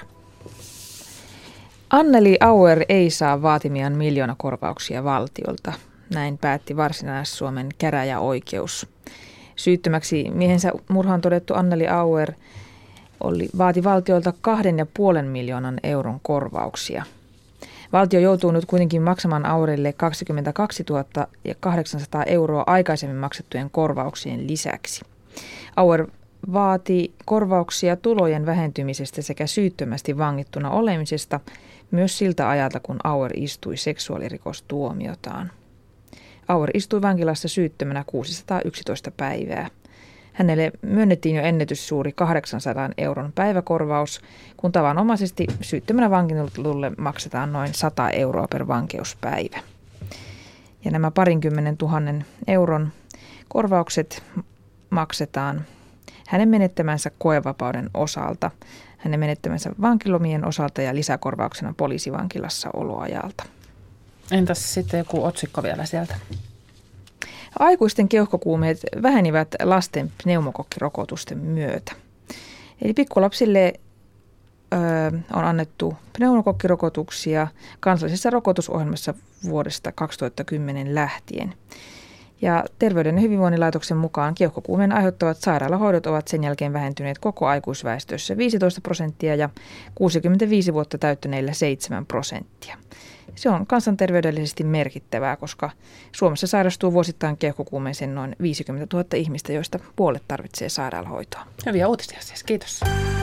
Anneli Auer ei saa vaatimiaan miljoonakorvauksia valtiolta. Näin päätti Varsinais-Suomen käräjäoikeus. Syyttömäksi miehensä murhaan todettu Anneli Auer vaati valtiolta 2,5 miljoonan euron korvauksia. Valtio joutuu nyt kuitenkin maksamaan Auerille 22 800 euroa aikaisemmin maksettujen korvauksien lisäksi. Auer vaati korvauksia tulojen vähentymisestä sekä syyttömästi vangittuna olemisesta myös siltä ajalta, kun Auer istui seksuaalirikostuomiotaan. Auer istui vankilassa syyttömänä 611 päivää. Hänelle myönnettiin jo ennätyssuuri 800 euron päiväkorvaus, kun tavanomaisesti syyttömänä vankitulle maksetaan noin 100 euroa per vankeuspäivä. Ja nämä 20 000 euron korvaukset maksetaan hänen menettämänsä koevapauden osalta, hänen menettämänsä vankilomien osalta ja lisäkorvauksena poliisivankilassa oloajalta. Entäs sitten joku otsikko vielä sieltä? Aikuisten keuhkokuumeet vähenivät lasten pneumokokkirokotusten myötä. Eli pikkulapsille on annettu pneumokokkirokotuksia kansallisessa rokotusohjelmassa vuodesta 2010 lähtien. Ja Terveyden ja hyvinvoinnin laitoksen mukaan keuhkokuumeen aiheuttavat sairaalahoidot ovat sen jälkeen vähentyneet koko aikuisväestössä 15% ja 65 vuotta täyttäneillä 7%. Se on kansanterveydellisesti merkittävää, koska Suomessa sairastuu vuosittain keuhkokuumeeseen noin 50 000 ihmistä, joista puolet tarvitsee sairaalahoitoa. Hyviä uutisia siis, kiitos.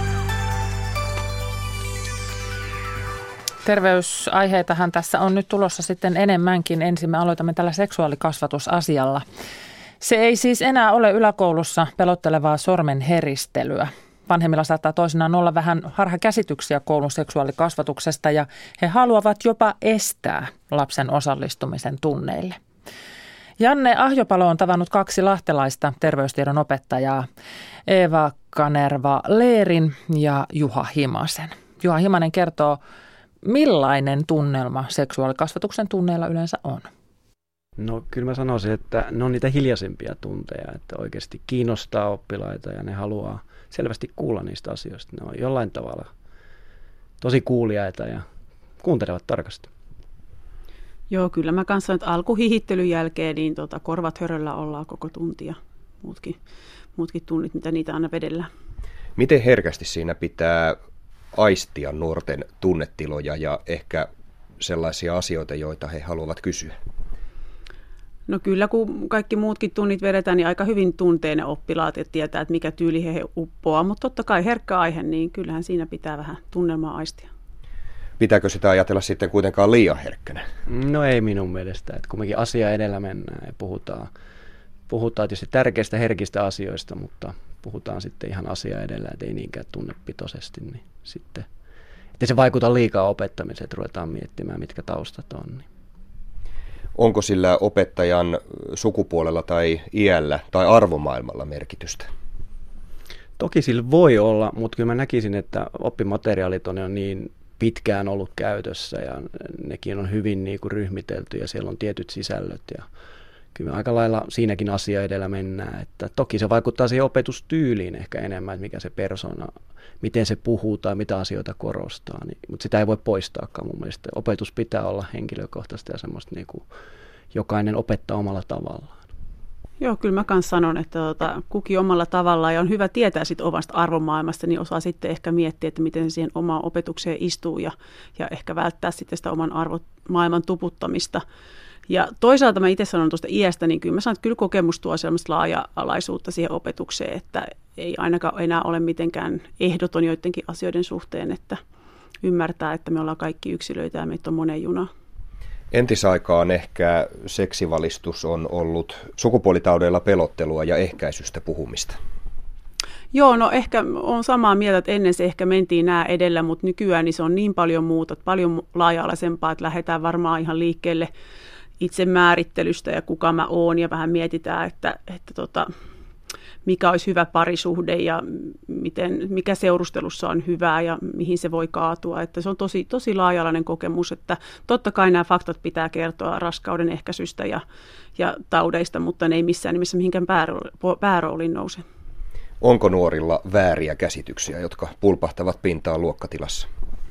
Terveysaiheitahan tässä on nyt tulossa sitten enemmänkin. Ensin me aloitamme tällä seksuaalikasvatusasialla. Se ei siis enää ole yläkoulussa pelottelevaa sormen heristelyä. Vanhemmilla saattaa toisinaan olla vähän harhakäsityksiä koulun seksuaalikasvatuksesta ja he haluavat jopa estää lapsen osallistumisen tunneille. Janne Ahjopalo on tavannut 2 lahtelaista terveystiedon opettajaa, Eeva Kanerva-Leerin ja Juha Himasen. Juha Himanen kertoo, millainen tunnelma seksuaalikasvatuksen tunneilla yleensä on. No kyllä mä sanoisin, että ne on niitä hiljaisempia tunteja, että oikeasti kiinnostaa oppilaita ja ne haluaa selvästi kuulla niistä asioista. Ne on jollain tavalla tosi kuuliaita ja kuuntelevat tarkasti. Joo, kyllä mä kanssa nyt alkuhihittelyn jälkeen niin korvat höröllä ollaan koko tunti ja muutkin tunnit, mitä niitä aina vedellään. Miten herkästi siinä pitää aistia nuorten tunnetiloja ja ehkä sellaisia asioita, joita he haluavat kysyä? No kyllä, kun kaikki muutkin tunnit vedetään, niin aika hyvin tuntee ne oppilaat ja tietää, että mikä tyyli he uppoaa. Mutta totta kai herkkä aihe, niin kyllähän siinä pitää vähän tunnelmaa aistia. Pitääkö sitä ajatella sitten kuitenkaan liian herkkänä? No ei minun mielestä, että kumminkin asia edellä mennään ja puhutaan tietysti tärkeistä herkistä asioista, mutta puhutaan sitten ihan asia edellä, että ei niinkään tunnepitoisesti, niin sitten, että se vaikuta liikaa opettamiseen, että ruvetaan miettimään, mitkä taustat on. Niin. Onko sillä opettajan sukupuolella tai iällä tai arvomaailmalla merkitystä? Toki sillä voi olla, mutta kyllä mä näkisin, että oppimateriaalit on jo niin pitkään ollut käytössä ja nekin on hyvin niin kuin ryhmitelty ja siellä on tietyt sisällöt ja kyllä aika lailla siinäkin asia edellä mennään. Että toki se vaikuttaa siihen opetustyyliin ehkä enemmän, että mikä se persona, miten se puhuu tai mitä asioita korostaa, niin, mutta sitä ei voi poistaakaan mun mielestä. Opetus pitää olla henkilökohtaista ja semmoista niin kuin jokainen opettaa omalla tavallaan. Joo, kyllä mä kanssa sanon, että kukin omalla tavallaan ja on hyvä tietää sit omasta arvomaailmasta, niin osaa sitten ehkä miettiä, että miten se siihen omaan opetukseen istuu ja ehkä välttää sitten sitä oman arvomaailman tuputtamista. Ja toisaalta mä itse sanon tuosta iästä, niin kyllä mä sanon, että kyllä kokemus tuo sellaista laaja-alaisuutta siihen opetukseen, että ei ainakaan enää ole mitenkään ehdoton joidenkin asioiden suhteen, että ymmärtää, että me ollaan kaikki yksilöitä ja meitä on monen juna. Entisaikaan ehkä seksivalistus on ollut sukupuolitaudeilla pelottelua ja ehkäisystä puhumista. Joo, no ehkä on samaa mieltä, että ennen se ehkä mentiin nämä edellä, mutta nykyään niin se on niin paljon muuta, paljon laaja-alaisempaa, että lähdetään varmaan ihan liikkeelle itsemäärittelystä ja kuka mä oon ja vähän mietitään, että mikä olisi hyvä parisuhde ja mikä seurustelussa on hyvää ja mihin se voi kaatua. Että se on tosi laaja-alainen kokemus, että totta kai nämä faktat pitää kertoa raskauden ehkäisystä ja taudeista, mutta ne ei missään nimessä mihinkään päärooliin nouse. Onko nuorilla vääriä käsityksiä, jotka pulpahtavat pintaan luokkatilassa?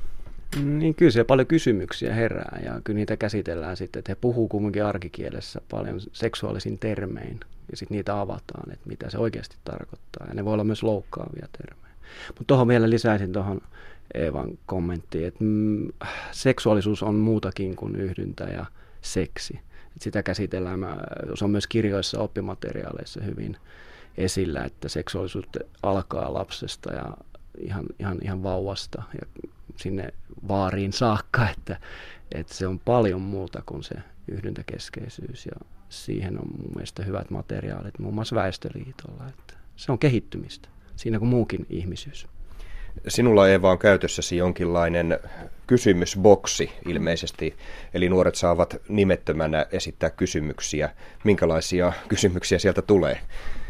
Niin kyllä siellä paljon kysymyksiä herää ja kyllä niitä käsitellään sitten, että he puhuu kumminkin arkikielessä paljon seksuaalisin termein ja sitten niitä avataan, että mitä se oikeasti tarkoittaa ja ne voi olla myös loukkaavia termejä. Mutta tuohon vielä lisäisin tuohon Eevan kommenttiin, että seksuaalisuus on muutakin kuin yhdyntä ja seksi. Et sitä käsitellään, se on myös kirjoissa oppimateriaaleissa hyvin esillä, että seksuaalisuus alkaa lapsesta ja ihan vauvasta ja sinne vaariin saakka, että se on paljon muuta kuin se yhdyntäkeskeisyys ja siihen on mun mielestä hyvät materiaalit, muun muassa Väestöliitolla, että se on kehittymistä, siinä kuin muukin ihmisyys. Sinulla Eeva on käytössäsi jonkinlainen kysymysboksi ilmeisesti, eli nuoret saavat nimettömänä esittää kysymyksiä. Minkälaisia kysymyksiä sieltä tulee?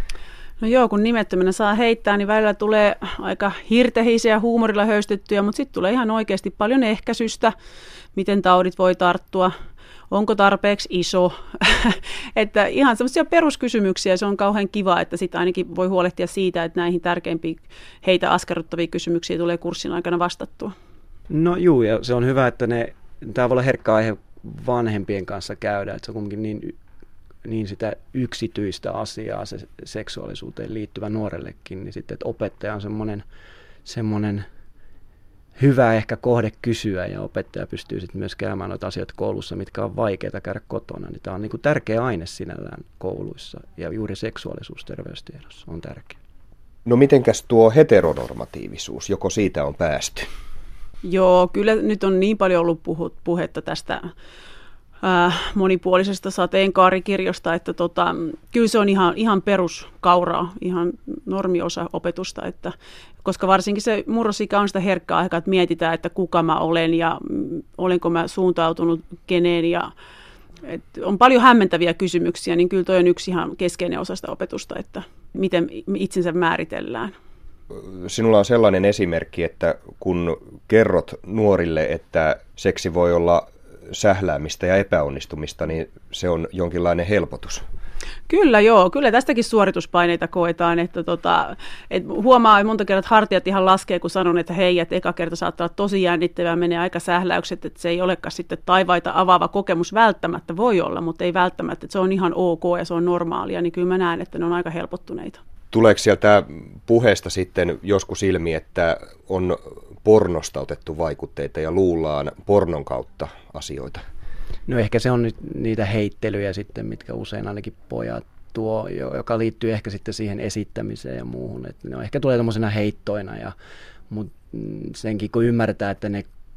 No joo, kun nimettömänä saa heittää, niin välillä tulee aika hirtehisiä huumorilla höystettyjä, mutta sitten tulee ihan oikeasti paljon ehkäisystä, miten taudit voi tarttua, onko tarpeeksi iso. Että ihan semmoisia peruskysymyksiä, se on kauhean kiva, että sitten ainakin voi huolehtia siitä, että näihin tärkeimpiin heitä askarruttavia kysymyksiä tulee kurssin aikana vastattua. No juu, ja se on hyvä, että tämä voi olla herkkä aihe vanhempien kanssa käydä, että se on kuitenkin niin sitä yksityistä asiaa se seksuaalisuuteen liittyvä nuorellekin, niin sitten, että opettaja on semmoinen hyvä ehkä kohde kysyä ja opettaja pystyy sitten myös käymään noita asioita koulussa, mitkä on vaikeita käydä kotona. Niin tämä on niin kuin tärkeä aine sinällään kouluissa ja juuri seksuaalisuus terveystiedossa on tärkeä. No mitenkäs tuo heteronormatiivisuus, joko siitä on päästy? Joo, kyllä nyt on niin paljon ollut puhetta tästä monipuolisesta sateenkaarikirjosta, että kyllä se on ihan peruskauraa, ihan normiosa opetusta, että, koska varsinkin se murrosikä on sitä herkkää aikaa, että mietitään, että kuka mä olen ja olenko mä suuntautunut keneen ja on paljon hämmentäviä kysymyksiä, niin kyllä toi on yksi ihan keskeinen osa sitä opetusta, että miten itsensä määritellään. Sinulla on sellainen esimerkki, että kun kerrot nuorille, että seksi voi olla sähläämistä ja epäonnistumista, niin se on jonkinlainen helpotus. Kyllä joo, kyllä tästäkin suorituspaineita koetaan, että huomaa monta kertaa, että hartiat ihan laskee, kun sanon, että hei, että eka kerta saattaa olla tosi jännittävää, menee aika sähläykset, että se ei olekaan sitten taivaita avaava kokemus välttämättä, voi olla, mutta ei välttämättä, että se on ihan ok ja se on normaalia, niin kyllä mä näen, että ne on aika helpottuneita. Tuleeko sieltä puheesta sitten joskus ilmi, että on pornosta otettu vaikutteita ja luullaan pornon kautta asioita? No ehkä se on niitä heittelyjä sitten, mitkä usein ainakin pojat tuo, joka liittyy ehkä sitten siihen esittämiseen ja muuhun. Että ne ehkä tulee tämmöisenä heittoina, mutta senkin kun ymmärtää, että ne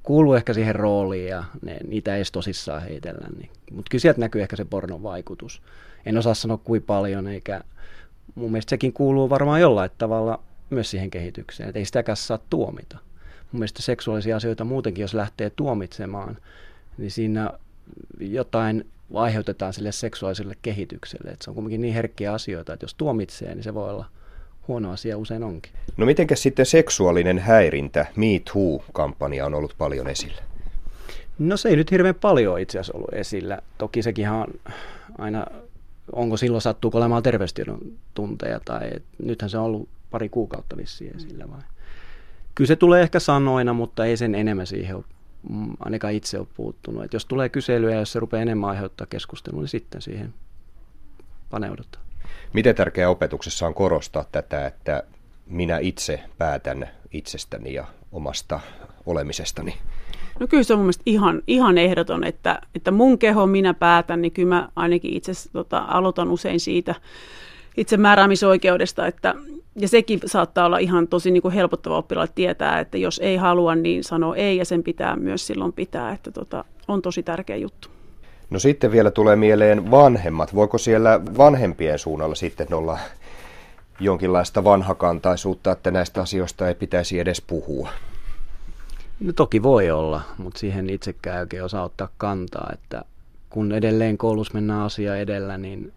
kuuluu ehkä siihen rooliin ja niitä ei edes tosissaan heitellä. Niin. Mutta kyllä sieltä näkyy ehkä se pornon vaikutus. En osaa sanoa kuinka paljon, eikä mun mielestä sekin kuuluu varmaan jollain tavalla myös siihen kehitykseen, että ei sitäkään saa tuomita. Mun mielestä seksuaalisia asioita muutenkin, jos lähtee tuomitsemaan, niin siinä jotain aiheutetaan sille seksuaaliselle kehitykselle. Että se on kuitenkin niin herkkiä asioita, että jos tuomitsee, niin se voi olla huono asia, usein onkin. No mitenkäs sitten seksuaalinen häirintä, Me Too-kampanja on ollut paljon esillä? No se ei nyt hirveän paljon itse asiassa ollut esillä. Toki sekin on aina, onko silloin sattuuko olemaan terveystiedon tunteja, tai nythän se on ollut pari kuukautta vissiin esillä vai? Kyllä se tulee ehkä sanoina, mutta ei sen enemmän siihen ole, ainakaan itse ole puuttunut. Et jos tulee kyselyä ja jos se rupeaa enemmän aiheuttaa keskustelua, niin sitten siihen paneudutaan. Miten tärkeää opetuksessa on korostaa tätä, että minä itse päätän itsestäni ja omasta olemisestani? No kyllä se on mun mielestä ihan ehdoton, että mun keho minä päätän, niin kyllä mä ainakin itse aloitan usein siitä itsemääräämisoikeudesta, ja sekin saattaa olla ihan tosi niin kuin helpottava oppilaalle tietää, että jos ei halua, niin sano ei, ja sen pitää myös silloin pitää, että on tosi tärkeä juttu. No sitten vielä tulee mieleen vanhemmat. Voiko siellä vanhempien suunnalla sitten olla jonkinlaista vanhakantaisuutta, että näistä asioista ei pitäisi edes puhua? No toki voi olla, mutta siihen itsekään ei oikein osaa ottaa kantaa, että kun edelleen koulussa mennään asia edellä, niin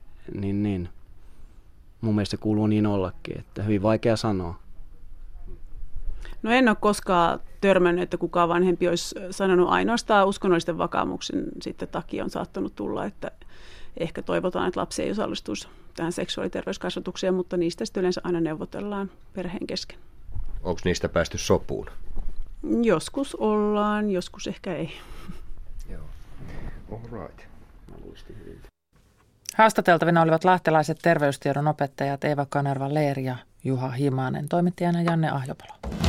mun mielestä se kuuluu niin ollakin, että hyvin vaikea sanoa. No en ole koskaan törmännyt, että kukaan vanhempi olisi sanonut, ainoastaan uskonnollisten vakaumuksen sitten takia on saattanut tulla, että ehkä toivotaan, että lapsi ei osallistuisi tähän seksuaaliterveyskasvatukseen, mutta niistä sitten yleensä aina neuvotellaan perheen kesken. Onko niistä päästy sopuun? Joskus ollaan, joskus ehkä ei. Joo. All right. Haastateltavina olivat lahtelaiset terveystiedon opettajat Eeva Kanerva-Leer ja Juha Himanen, toimittajana Janne Ahjopalo.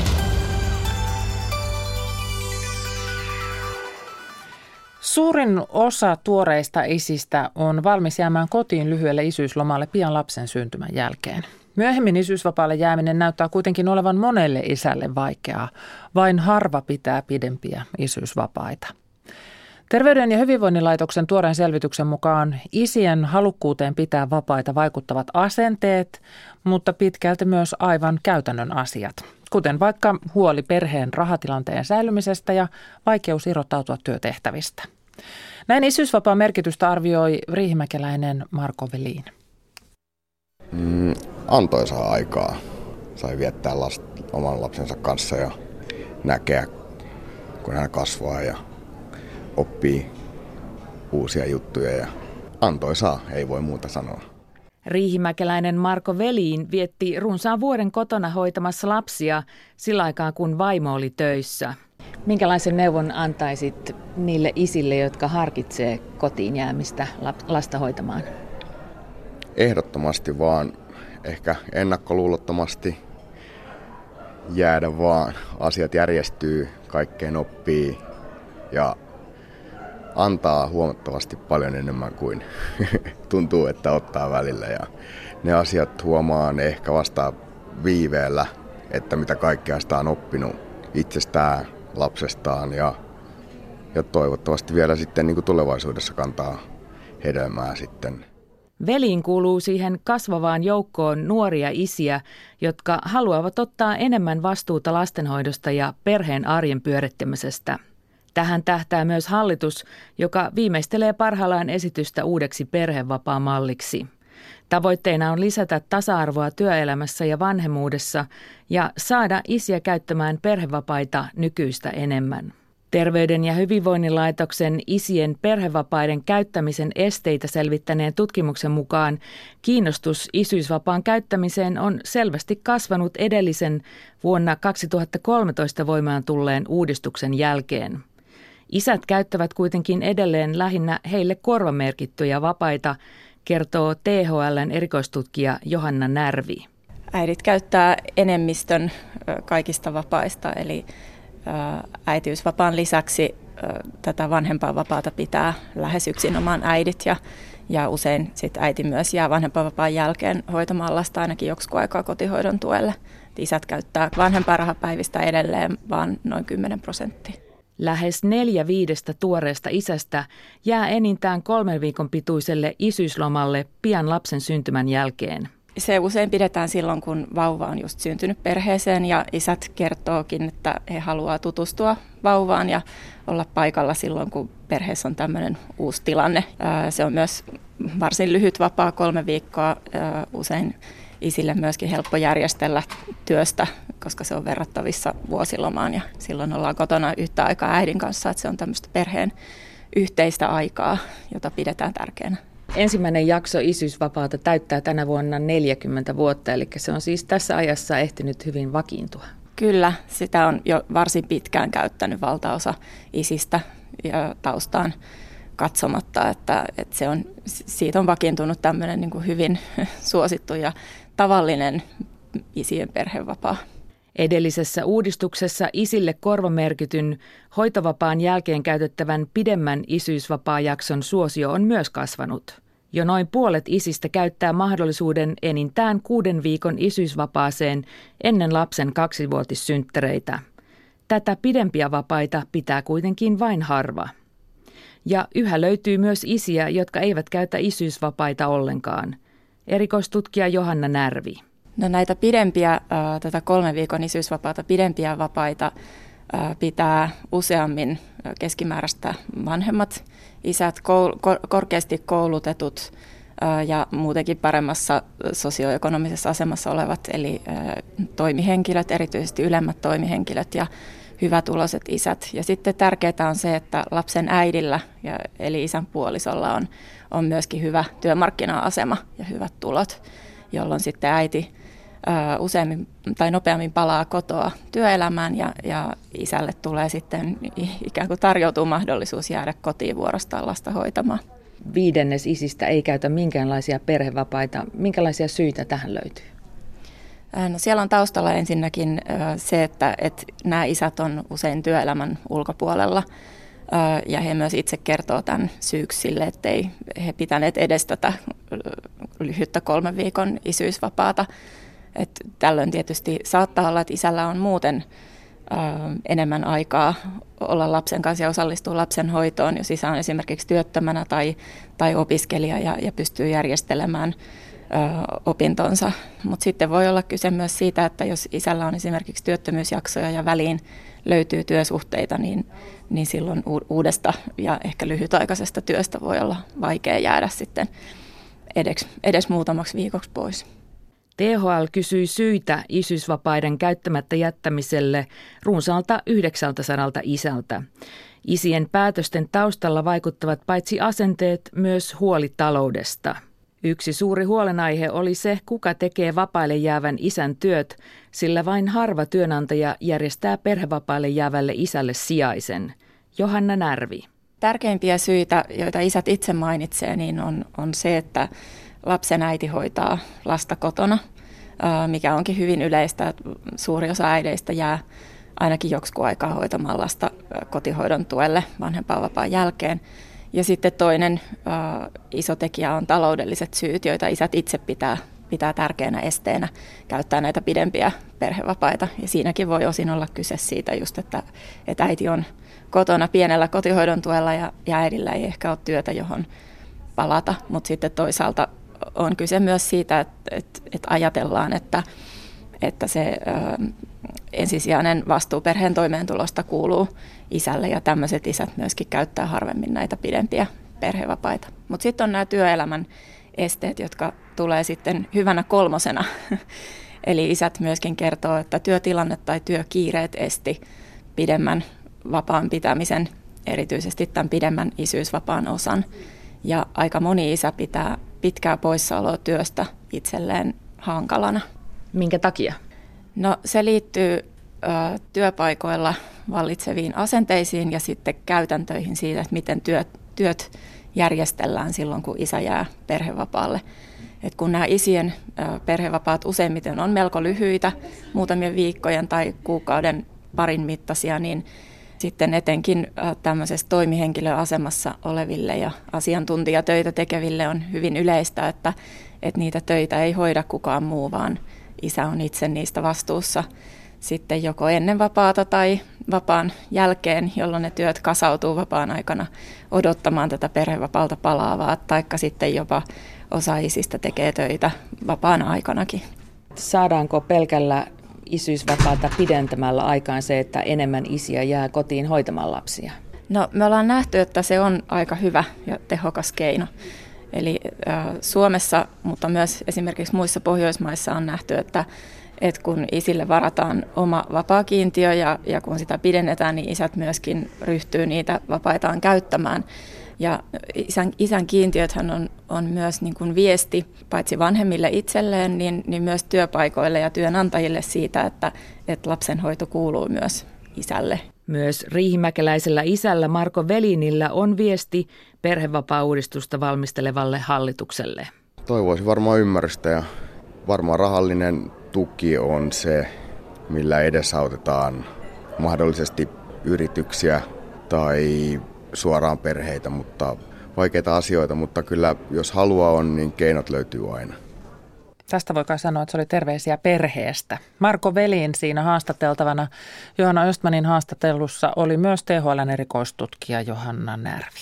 Suurin osa tuoreista isistä on valmis jäämään kotiin lyhyelle isyyslomalle pian lapsen syntymän jälkeen. Myöhemmin isyysvapaalle jääminen näyttää kuitenkin olevan monelle isälle vaikeaa. Vain harva pitää pidempiä isyysvapaita. Terveyden ja hyvinvoinnin laitoksen tuoreen selvityksen mukaan isien halukkuuteen pitää vapaita vaikuttavat asenteet, mutta pitkälti myös aivan käytännön asiat, kuten vaikka huoli perheen rahatilanteen säilymisestä ja vaikeus irrottautua työtehtävistä. Näin isyysvapaan merkitystä arvioi riihimäkeläinen Marko Velin. Antoisaa aikaa. Sai viettää oman lapsensa kanssa ja näkeä, kun hän kasvaa ja oppii uusia juttuja ja antoisaa, ei voi muuta sanoa. Riihimäkeläinen Marko Velin vietti runsaan vuoden kotona hoitamassa lapsia sillä aikaa, kun vaimo oli töissä. Minkälaisen neuvon antaisit niille isille, jotka harkitsee kotiin jäämistä lasta hoitamaan? Ehdottomasti vaan, ehkä ennakkoluulottomasti jäädä vaan. Asiat järjestyy, kaikkeen oppii ja antaa huomattavasti paljon enemmän kuin tuntuu, että ottaa välillä. Ja ne asiat huomaan ehkä vasta viiveellä, että mitä kaikkea sitä on oppinut itsestään, lapsestaan ja toivottavasti vielä sitten niin kuin tulevaisuudessa kantaa hedelmää sitten. Velin kuuluu siihen kasvavaan joukkoon nuoria isiä, jotka haluavat ottaa enemmän vastuuta lastenhoidosta ja perheen arjen pyörittämisestä. Tähän tähtää myös hallitus, joka viimeistelee parhaillaan esitystä uudeksi perhevapaamalliksi. Tavoitteena on lisätä tasa-arvoa työelämässä ja vanhemmuudessa ja saada isiä käyttämään perhevapaita nykyistä enemmän. Terveyden ja hyvinvoinnin laitoksen isien perhevapaiden käyttämisen esteitä selvittäneen tutkimuksen mukaan kiinnostus isyysvapaan käyttämiseen on selvästi kasvanut edellisen vuonna 2013 voimaan tulleen uudistuksen jälkeen. Isät käyttävät kuitenkin edelleen lähinnä heille korvamerkittyjä vapaita, kertoo THL:n erikoistutkija Johanna Närvi. Äidit käyttää enemmistön kaikista vapaista, eli äitiysvapaan lisäksi tätä vanhempainvapaata pitää lähes yksinomaan äidit ja usein sit äiti myös jää vanhempainvapaan jälkeen hoitamaan lasta ainakin joksikun aikaa kotihoidon tuelle. Isät käyttää vanhempainrahapäivistä edelleen vain noin 10%. Lähes 4/5 tuoreesta isästä jää enintään 3 viikon pituiselle isyyslomalle pian lapsen syntymän jälkeen. Se usein pidetään silloin, kun vauva on just syntynyt perheeseen ja isät kertookin, että he haluaa tutustua vauvaan ja olla paikalla silloin, kun perheessä on tämmöinen uusi tilanne. Se on myös varsin lyhyt vapaa, 3 viikkoa, usein isille myöskin helppo järjestellä työstä, koska se on verrattavissa vuosilomaan ja silloin ollaan kotona yhtä aikaa äidin kanssa, että se on tämmöistä perheen yhteistä aikaa, jota pidetään tärkeänä. Ensimmäinen jakso isyysvapaata täyttää tänä vuonna 40 vuotta, eli se on siis tässä ajassa ehtinyt hyvin vakiintua. Kyllä, sitä on jo varsin pitkään käyttänyt valtaosa isistä ja taustaan katsomatta, että siitä on vakiintunut tämmöinen niin kuin hyvin suosittu ja tavallinen isien perhevapaa. Edellisessä uudistuksessa isille korvamerkityn hoitovapaan jälkeen käytettävän pidemmän isyysvapaajakson suosio on myös kasvanut. Jo noin puolet isistä käyttää mahdollisuuden enintään 6 viikon isyysvapaaseen ennen lapsen 2-vuotissynttäreitä. Tätä pidempiä vapaita pitää kuitenkin vain harva. Ja yhä löytyy myös isiä, jotka eivät käytä isyysvapaita ollenkaan. Erikoistutkija Johanna Närvi. No näitä pidempiä, tätä 3 viikon isyysvapaata pidempiä vapaita pitää useammin keskimääräistä vanhemmat isät, korkeasti koulutetut ja muutenkin paremmassa sosioekonomisessa asemassa olevat, eli toimihenkilöt, erityisesti ylemmät toimihenkilöt ja hyvätuloiset isät. Ja sitten tärkeää on se, että lapsen äidillä, eli isän puolisolla on myöskin hyvä työmarkkina-asema ja hyvät tulot, jolloin sitten äiti useammin tai nopeammin palaa kotoa työelämään ja isälle tulee sitten ikään kuin tarjoutuu mahdollisuus jäädä kotiin vuorostaan lasta hoitamaan. 1/5 isistä ei käytä minkäänlaisia perhevapaita. Minkälaisia syitä tähän löytyy? No siellä on taustalla ensinnäkin se, että nämä isät on usein työelämän ulkopuolella ja he myös itse kertoo tämän syyksi sille, ettei he pitäneet edes tätä lyhyttä 3 viikon isyysvapaata. Tällöin tietysti saattaa olla, että isällä on muuten enemmän aikaa olla lapsen kanssa ja osallistua lapsen hoitoon, jos isä on esimerkiksi työttömänä tai opiskelija ja pystyy järjestelemään opintonsa. Mutta sitten voi olla kyse myös siitä, että jos isällä on esimerkiksi työttömyysjaksoja ja väliin löytyy työsuhteita, niin silloin uudesta ja ehkä lyhytaikaisesta työstä voi olla vaikea jäädä sitten edes muutamaksi viikoksi pois. THL kysyi syitä isyysvapaiden käyttämättä jättämiselle runsaalta 900 isältä. Isien päätösten taustalla vaikuttavat paitsi asenteet, myös huoli taloudesta. Yksi suuri huolenaihe oli se, kuka tekee vapaille jäävän isän työt, sillä vain harva työnantaja järjestää perhevapaille jäävälle isälle sijaisen. Johanna Närvi. Tärkeimpiä syitä, joita isät itse mainitsee, niin on se, että lapsen äiti hoitaa lasta kotona, mikä onkin hyvin yleistä. Suuri osa äideistä jää ainakin joksikun aikaa hoitamaan lasta kotihoidon tuelle vanhempainvapaan jälkeen. Ja sitten toinen iso tekijä on taloudelliset syyt, joita isät itse pitää tärkeänä esteenä käyttää näitä pidempiä perhevapaita. Ja siinäkin voi osin olla kyse siitä just, että äiti on kotona pienellä kotihoidon tuella ja äidillä ei ehkä ole työtä, johon palata. Mutta sitten toisaalta on kyse myös siitä, että ajatellaan, että se ensisijainen vastuu perheen toimeentulosta kuuluu isälle ja tämmöiset isät myöskin käyttää harvemmin näitä pidempiä perhevapaita. Mutta sitten on nämä työelämän esteet, jotka tulee sitten hyvänä kolmosena. Eli isät myöskin kertoo, että työtilanne tai työkiireet esti pidemmän vapaan pitämisen, erityisesti tämän pidemmän isyysvapaan osan. Ja aika moni isä pitää pitkää poissaoloa työstä itselleen hankalana. Minkä takia? No se liittyy työpaikoilla vallitseviin asenteisiin ja sitten käytäntöihin siitä, että miten työt järjestellään silloin, kun isä jää perhevapaalle. Et kun nämä isien perhevapaat useimmiten on melko lyhyitä, muutamien viikkojen tai kuukauden parin mittaisia, niin sitten etenkin tämmöisessä toimihenkilöasemassa oleville ja asiantuntijatöitä tekeville on hyvin yleistä, että niitä töitä ei hoida kukaan muu, vaan isä on itse niistä vastuussa. sitten joko ennen vapaata tai vapaan jälkeen, jolloin ne työt kasautuu vapaan aikana odottamaan tätä perhevapaalta palaavaa, taikka sitten jopa osa isistä tekee töitä vapaan aikanakin. Saadaanko pelkällä isyysvapaata pidentämällä aikaan se, että enemmän isiä jää kotiin hoitamaan lapsia? No, me ollaan nähty, että se on aika hyvä ja tehokas keino. Eli Suomessa, mutta myös esimerkiksi muissa Pohjoismaissa on nähty, että kun isille varataan oma vapaakiintiö ja kun sitä pidennetään, niin isät myöskin ryhtyy niitä vapaitaan käyttämään. Ja isän kiintiöthän on myös niin kuin viesti paitsi vanhemmille itselleen, niin myös työpaikoille ja työnantajille siitä, että lapsenhoito kuuluu myös isälle. Myös riihimäkeläisellä isällä Marko Welinillä on viesti perhevapaa-uudistusta valmistelevalle hallitukselle. Toivoisin varmaan ymmärrystä ja varmaan rahallinen tuki on se, millä edesautetaan mahdollisesti yrityksiä tai suoraan perheitä, mutta vaikeita asioita, mutta kyllä jos halua on, niin keinot löytyy aina. Tästä voi kai sanoa, että se oli terveisiä perheestä. Marko Welin siinä haastateltavana. Johanna Östmanin haastattelussa oli myös THL:n erikoistutkija Johanna Närvi.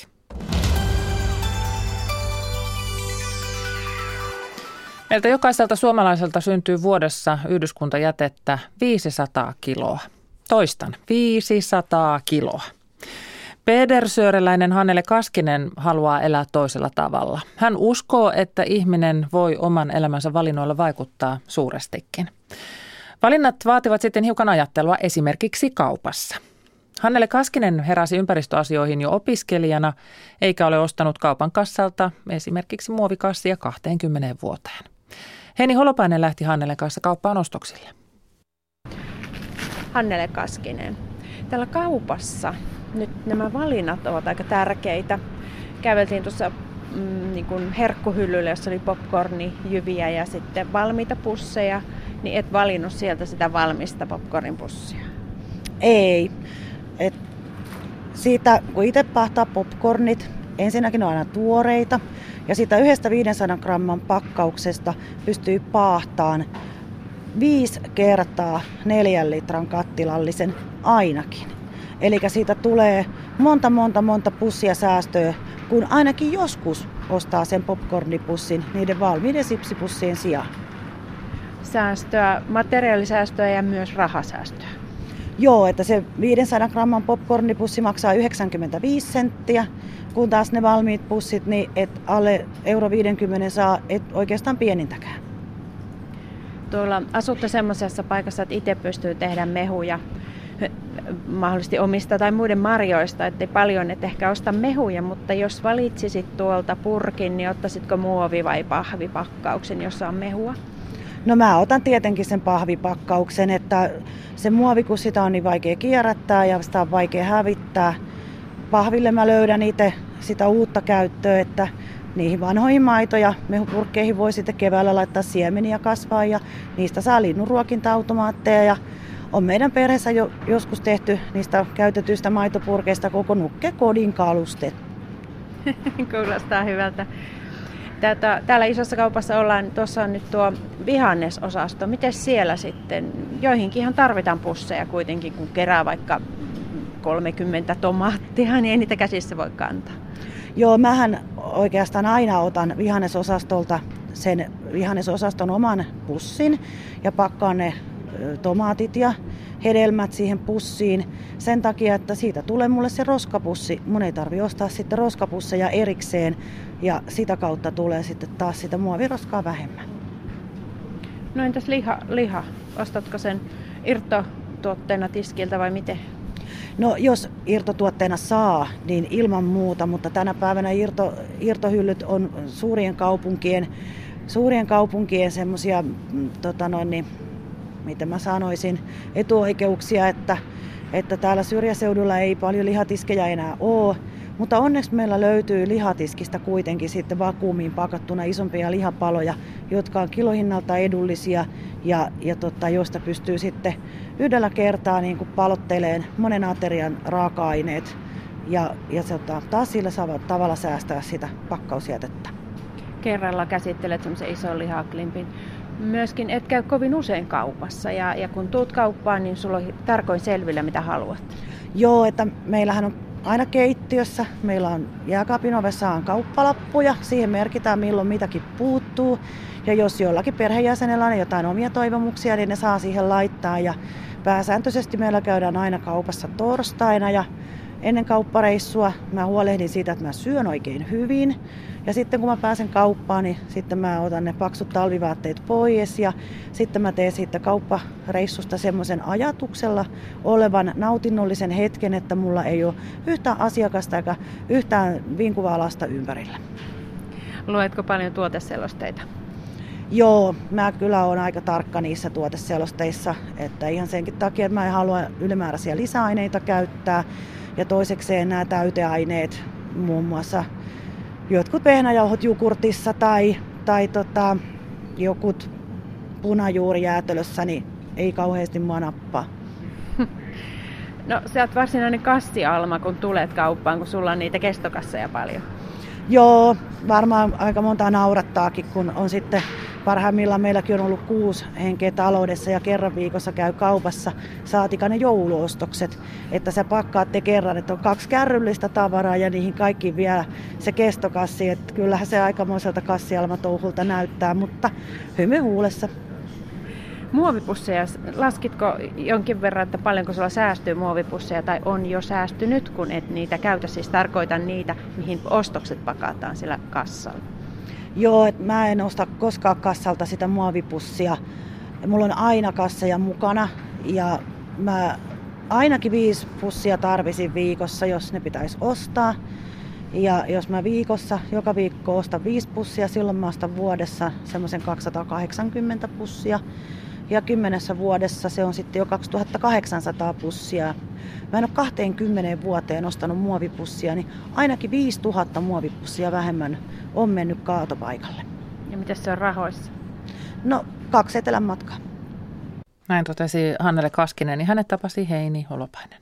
Meiltä jokaiselta suomalaiselta syntyy vuodessa yhdyskuntajätettä 500 kiloa. Toistan, 500 kiloa. Pedersööreläinen Hannele Kaskinen haluaa elää toisella tavalla. Hän uskoo, että ihminen voi oman elämänsä valinnoilla vaikuttaa suurestikin. Valinnat vaativat sitten hiukan ajattelua esimerkiksi kaupassa. Hannele Kaskinen heräsi ympäristöasioihin jo opiskelijana, eikä ole ostanut kaupan kassalta esimerkiksi muovikassia 20 vuoteen. Heini Holopainen lähti Hannelen kanssa kauppaan ostoksille. Hannele Kaskinen. Täällä kaupassa nyt nämä valinnat ovat aika tärkeitä. Käveltiin tuossa niin kuin herkkuhyllyllä, jossa oli popcornijyviä ja sitten valmiita pusseja, niin et valinnut sieltä sitä valmista popcornin pussia? Ei. Siitä kun itse pahtaa popcornit, ensinnäkin on aina tuoreita ja siitä yhdestä 500 gramman pakkauksesta pystyy paahtaan 5 kertaa 4 litran kattilallisen ainakin. Eli siitä tulee monta pussia säästöä, kun ainakin joskus ostaa sen popcornipussin niiden valmiiden sipsipussien sijaan. Säästöä, materiaalisäästöä ja myös rahasäästöä. Joo, että se 500 gramman popcornipussi maksaa 95 senttiä, kun taas ne valmiit pussit, niin et alle euro 50 saa et oikeastaan pienintäkään. Tuolla asutte semmoisessa paikassa, että itse pystyy tehdä mehuja mahdollisesti omista tai muiden marjoista, ettei paljon et ehkä osta mehuja, mutta jos valitsisit tuolta purkin, niin ottaisitko muovi- vai pahvipakkauksen, jossa on mehua? No mä otan tietenkin sen pahvipakkauksen, että se muovi, kun sitä on niin vaikea kierrättää ja sitä on vaikea hävittää. Pahville mä löydän itse sitä uutta käyttöä, että niihin vanhoihin maito- ja mehupurkkeihin voi sitten keväällä laittaa siemeniä kasvaa ja niistä saa linnunruokinta-automaatteja. Ja on meidän perheessä jo joskus tehty niistä käytetyistä maitopurkeista koko nukkekodin kaluste. Kuulostaa hyvältä. Täällä isossa kaupassa ollaan, tuossa on nyt tuo vihannesosasto. Miten siellä sitten? Joihinkinhan tarvitaan pusseja kuitenkin, kun kerää vaikka 30 tomaattia, niin ei niitä käsissä voi kantaa. Joo, mähän oikeastaan aina otan vihannesosastolta sen vihannesosaston oman pussin ja pakkaan ne tomaatit ja hedelmät siihen pussiin sen takia, että siitä tulee mulle se roskapussi. Mun ei tarvitse ostaa sitten roskapusseja erikseen ja sitä kautta tulee sitten taas sitä muoviroskaa vähemmän. No entäs liha? Ostatko sen irtotuotteena tiskiltä vai miten? No jos irtotuotteena saa, niin ilman muuta, mutta tänä päivänä irtohyllyt on suurien kaupunkien semmoisia miten mä sanoisin, etuoikeuksia, että täällä syrjäseudulla ei paljon lihatiskejä enää ole. Mutta onneksi meillä löytyy lihatiskistä kuitenkin sitten vakuumiin pakattuna isompia lihapaloja, jotka on kilohinnalta edullisia ja joista pystyy sitten yhdellä kertaa niin kuin palotteleen monen aterian raaka-aineet ja taas sillä tavalla säästää sitä pakkausjätettä. Kerralla käsittelet semmoisen ison lihaklimpin. myöskin et käy kovin usein kaupassa ja kun tuut kauppaan, niin sulla on tarkoin selvillä, mitä haluat. Joo, että meillähän on aina keittiössä, meillä on jääkaapin ovessa on kauppalappuja, siihen merkitään milloin mitäkin puuttuu. Ja jos jollakin perheenjäsenellä on jotain omia toivomuksia, niin ne saa siihen laittaa. Ja pääsääntöisesti meillä käydään aina kaupassa torstaina ja ennen kauppareissua mä huolehdin siitä, että mä syön oikein hyvin. Ja sitten kun mä pääsen kauppaan, niin sitten mä otan ne paksut talvivaatteet pois ja sitten mä teen siitä kauppareissusta semmoisen ajatuksella olevan nautinnollisen hetken, että mulla ei ole yhtään asiakasta eikä yhtään vinkuvaa lasta ympärillä. Luetko paljon tuoteselosteita? Joo, mä kyllä oon aika tarkka niissä tuoteselosteissa, että ihan senkin takia, että mä en halua ylimääräisiä lisäaineita käyttää. Ja toisekseen nämä täyteaineet, muun muassa jotkut vehnäjauhot jogurtissa tai jokut punajuurijäätelössä, niin ei kauheasti mua nappaa. No sä oot varsinainen kassialma, kun tulet kauppaan, kun sulla on niitä kestokasseja paljon. Joo, varmaan aika monta naurattaakin, kun on sitten parhaimmillaan meilläkin on ollut 6 henkeä taloudessa ja kerran viikossa käy kaupassa, saatika ne jouluostokset, että sä pakkaatte kerran, että on 2 kärryllistä tavaraa ja niihin kaikkiin vielä se kestokassi, että kyllähän se aikamoiselta kassialmatouhulta näyttää, mutta hymy huulessa. Muovipusseja, laskitko jonkin verran, että paljonko sulla säästyy muovipusseja tai on jo säästynyt, kun et niitä käytä, siis tarkoitan niitä, mihin ostokset pakataan sillä kassalla? Joo, että mä en osta koskaan kassalta sitä muovipussia. Mulla on aina kasseja mukana ja mä ainakin 5 pussia tarvisin viikossa, jos ne pitäisi ostaa. Ja jos mä joka viikko ostan 5 pussia, silloin mä ostan vuodessa semmoisen 280 pussia. Ja 10 vuodessa se on sitten jo 2800 pussia. Mä en ole 20 vuoteen ostanut muovipussia, niin ainakin 5000 muovipussia vähemmän on mennyt kaatopaikalle. Ja miten se on rahoissa? No 2 etelän matkaa. Näin totesi Hannele Kaskinen, niin hänet tapasi Heini Holopainen.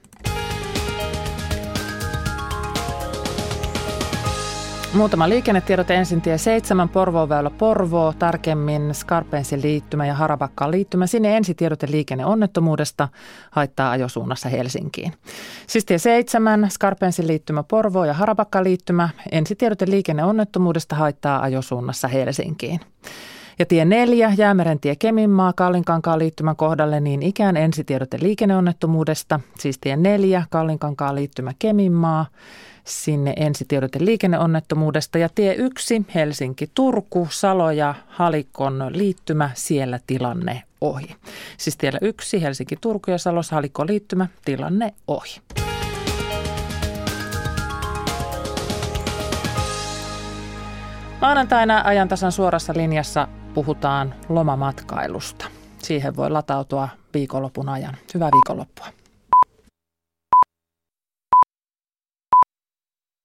Muutama liikennetiedote ensin tie 7, Porvoo-väylä Porvoo, tarkemmin Skarpensin liittymä ja Harabakkaan liittymä. Sinne ensitiedote liikenneonnettomuudesta haittaa ajosuunnassa Helsinkiin. Siis tie 7, Skarpensin liittymä Porvoo ja Harabakkaan liittymä, ensitiedote liikenneonnettomuudesta haittaa ajosuunnassa Helsinkiin. Ja tie 4, Jäämerentie Keminmaa, Kallinkankaan liittymän kohdalle niin ikään ensitiedote liikenneonnettomuudesta. Siis tie 4, Kallinkankaan liittymä Keminmaa. Sinne ensitiedote liikenneonnettomuudesta ja tie 1, Helsinki-Turku, Salo ja Halikon liittymä, siellä tilanne ohi. Siis tiellä 1, Helsinki-Turku ja Salossa Halikon liittymä, tilanne ohi. Maanantaina ajantasan suorassa linjassa puhutaan lomamatkailusta. Siihen voi latautua viikonlopun ajan. Hyvää viikonloppua.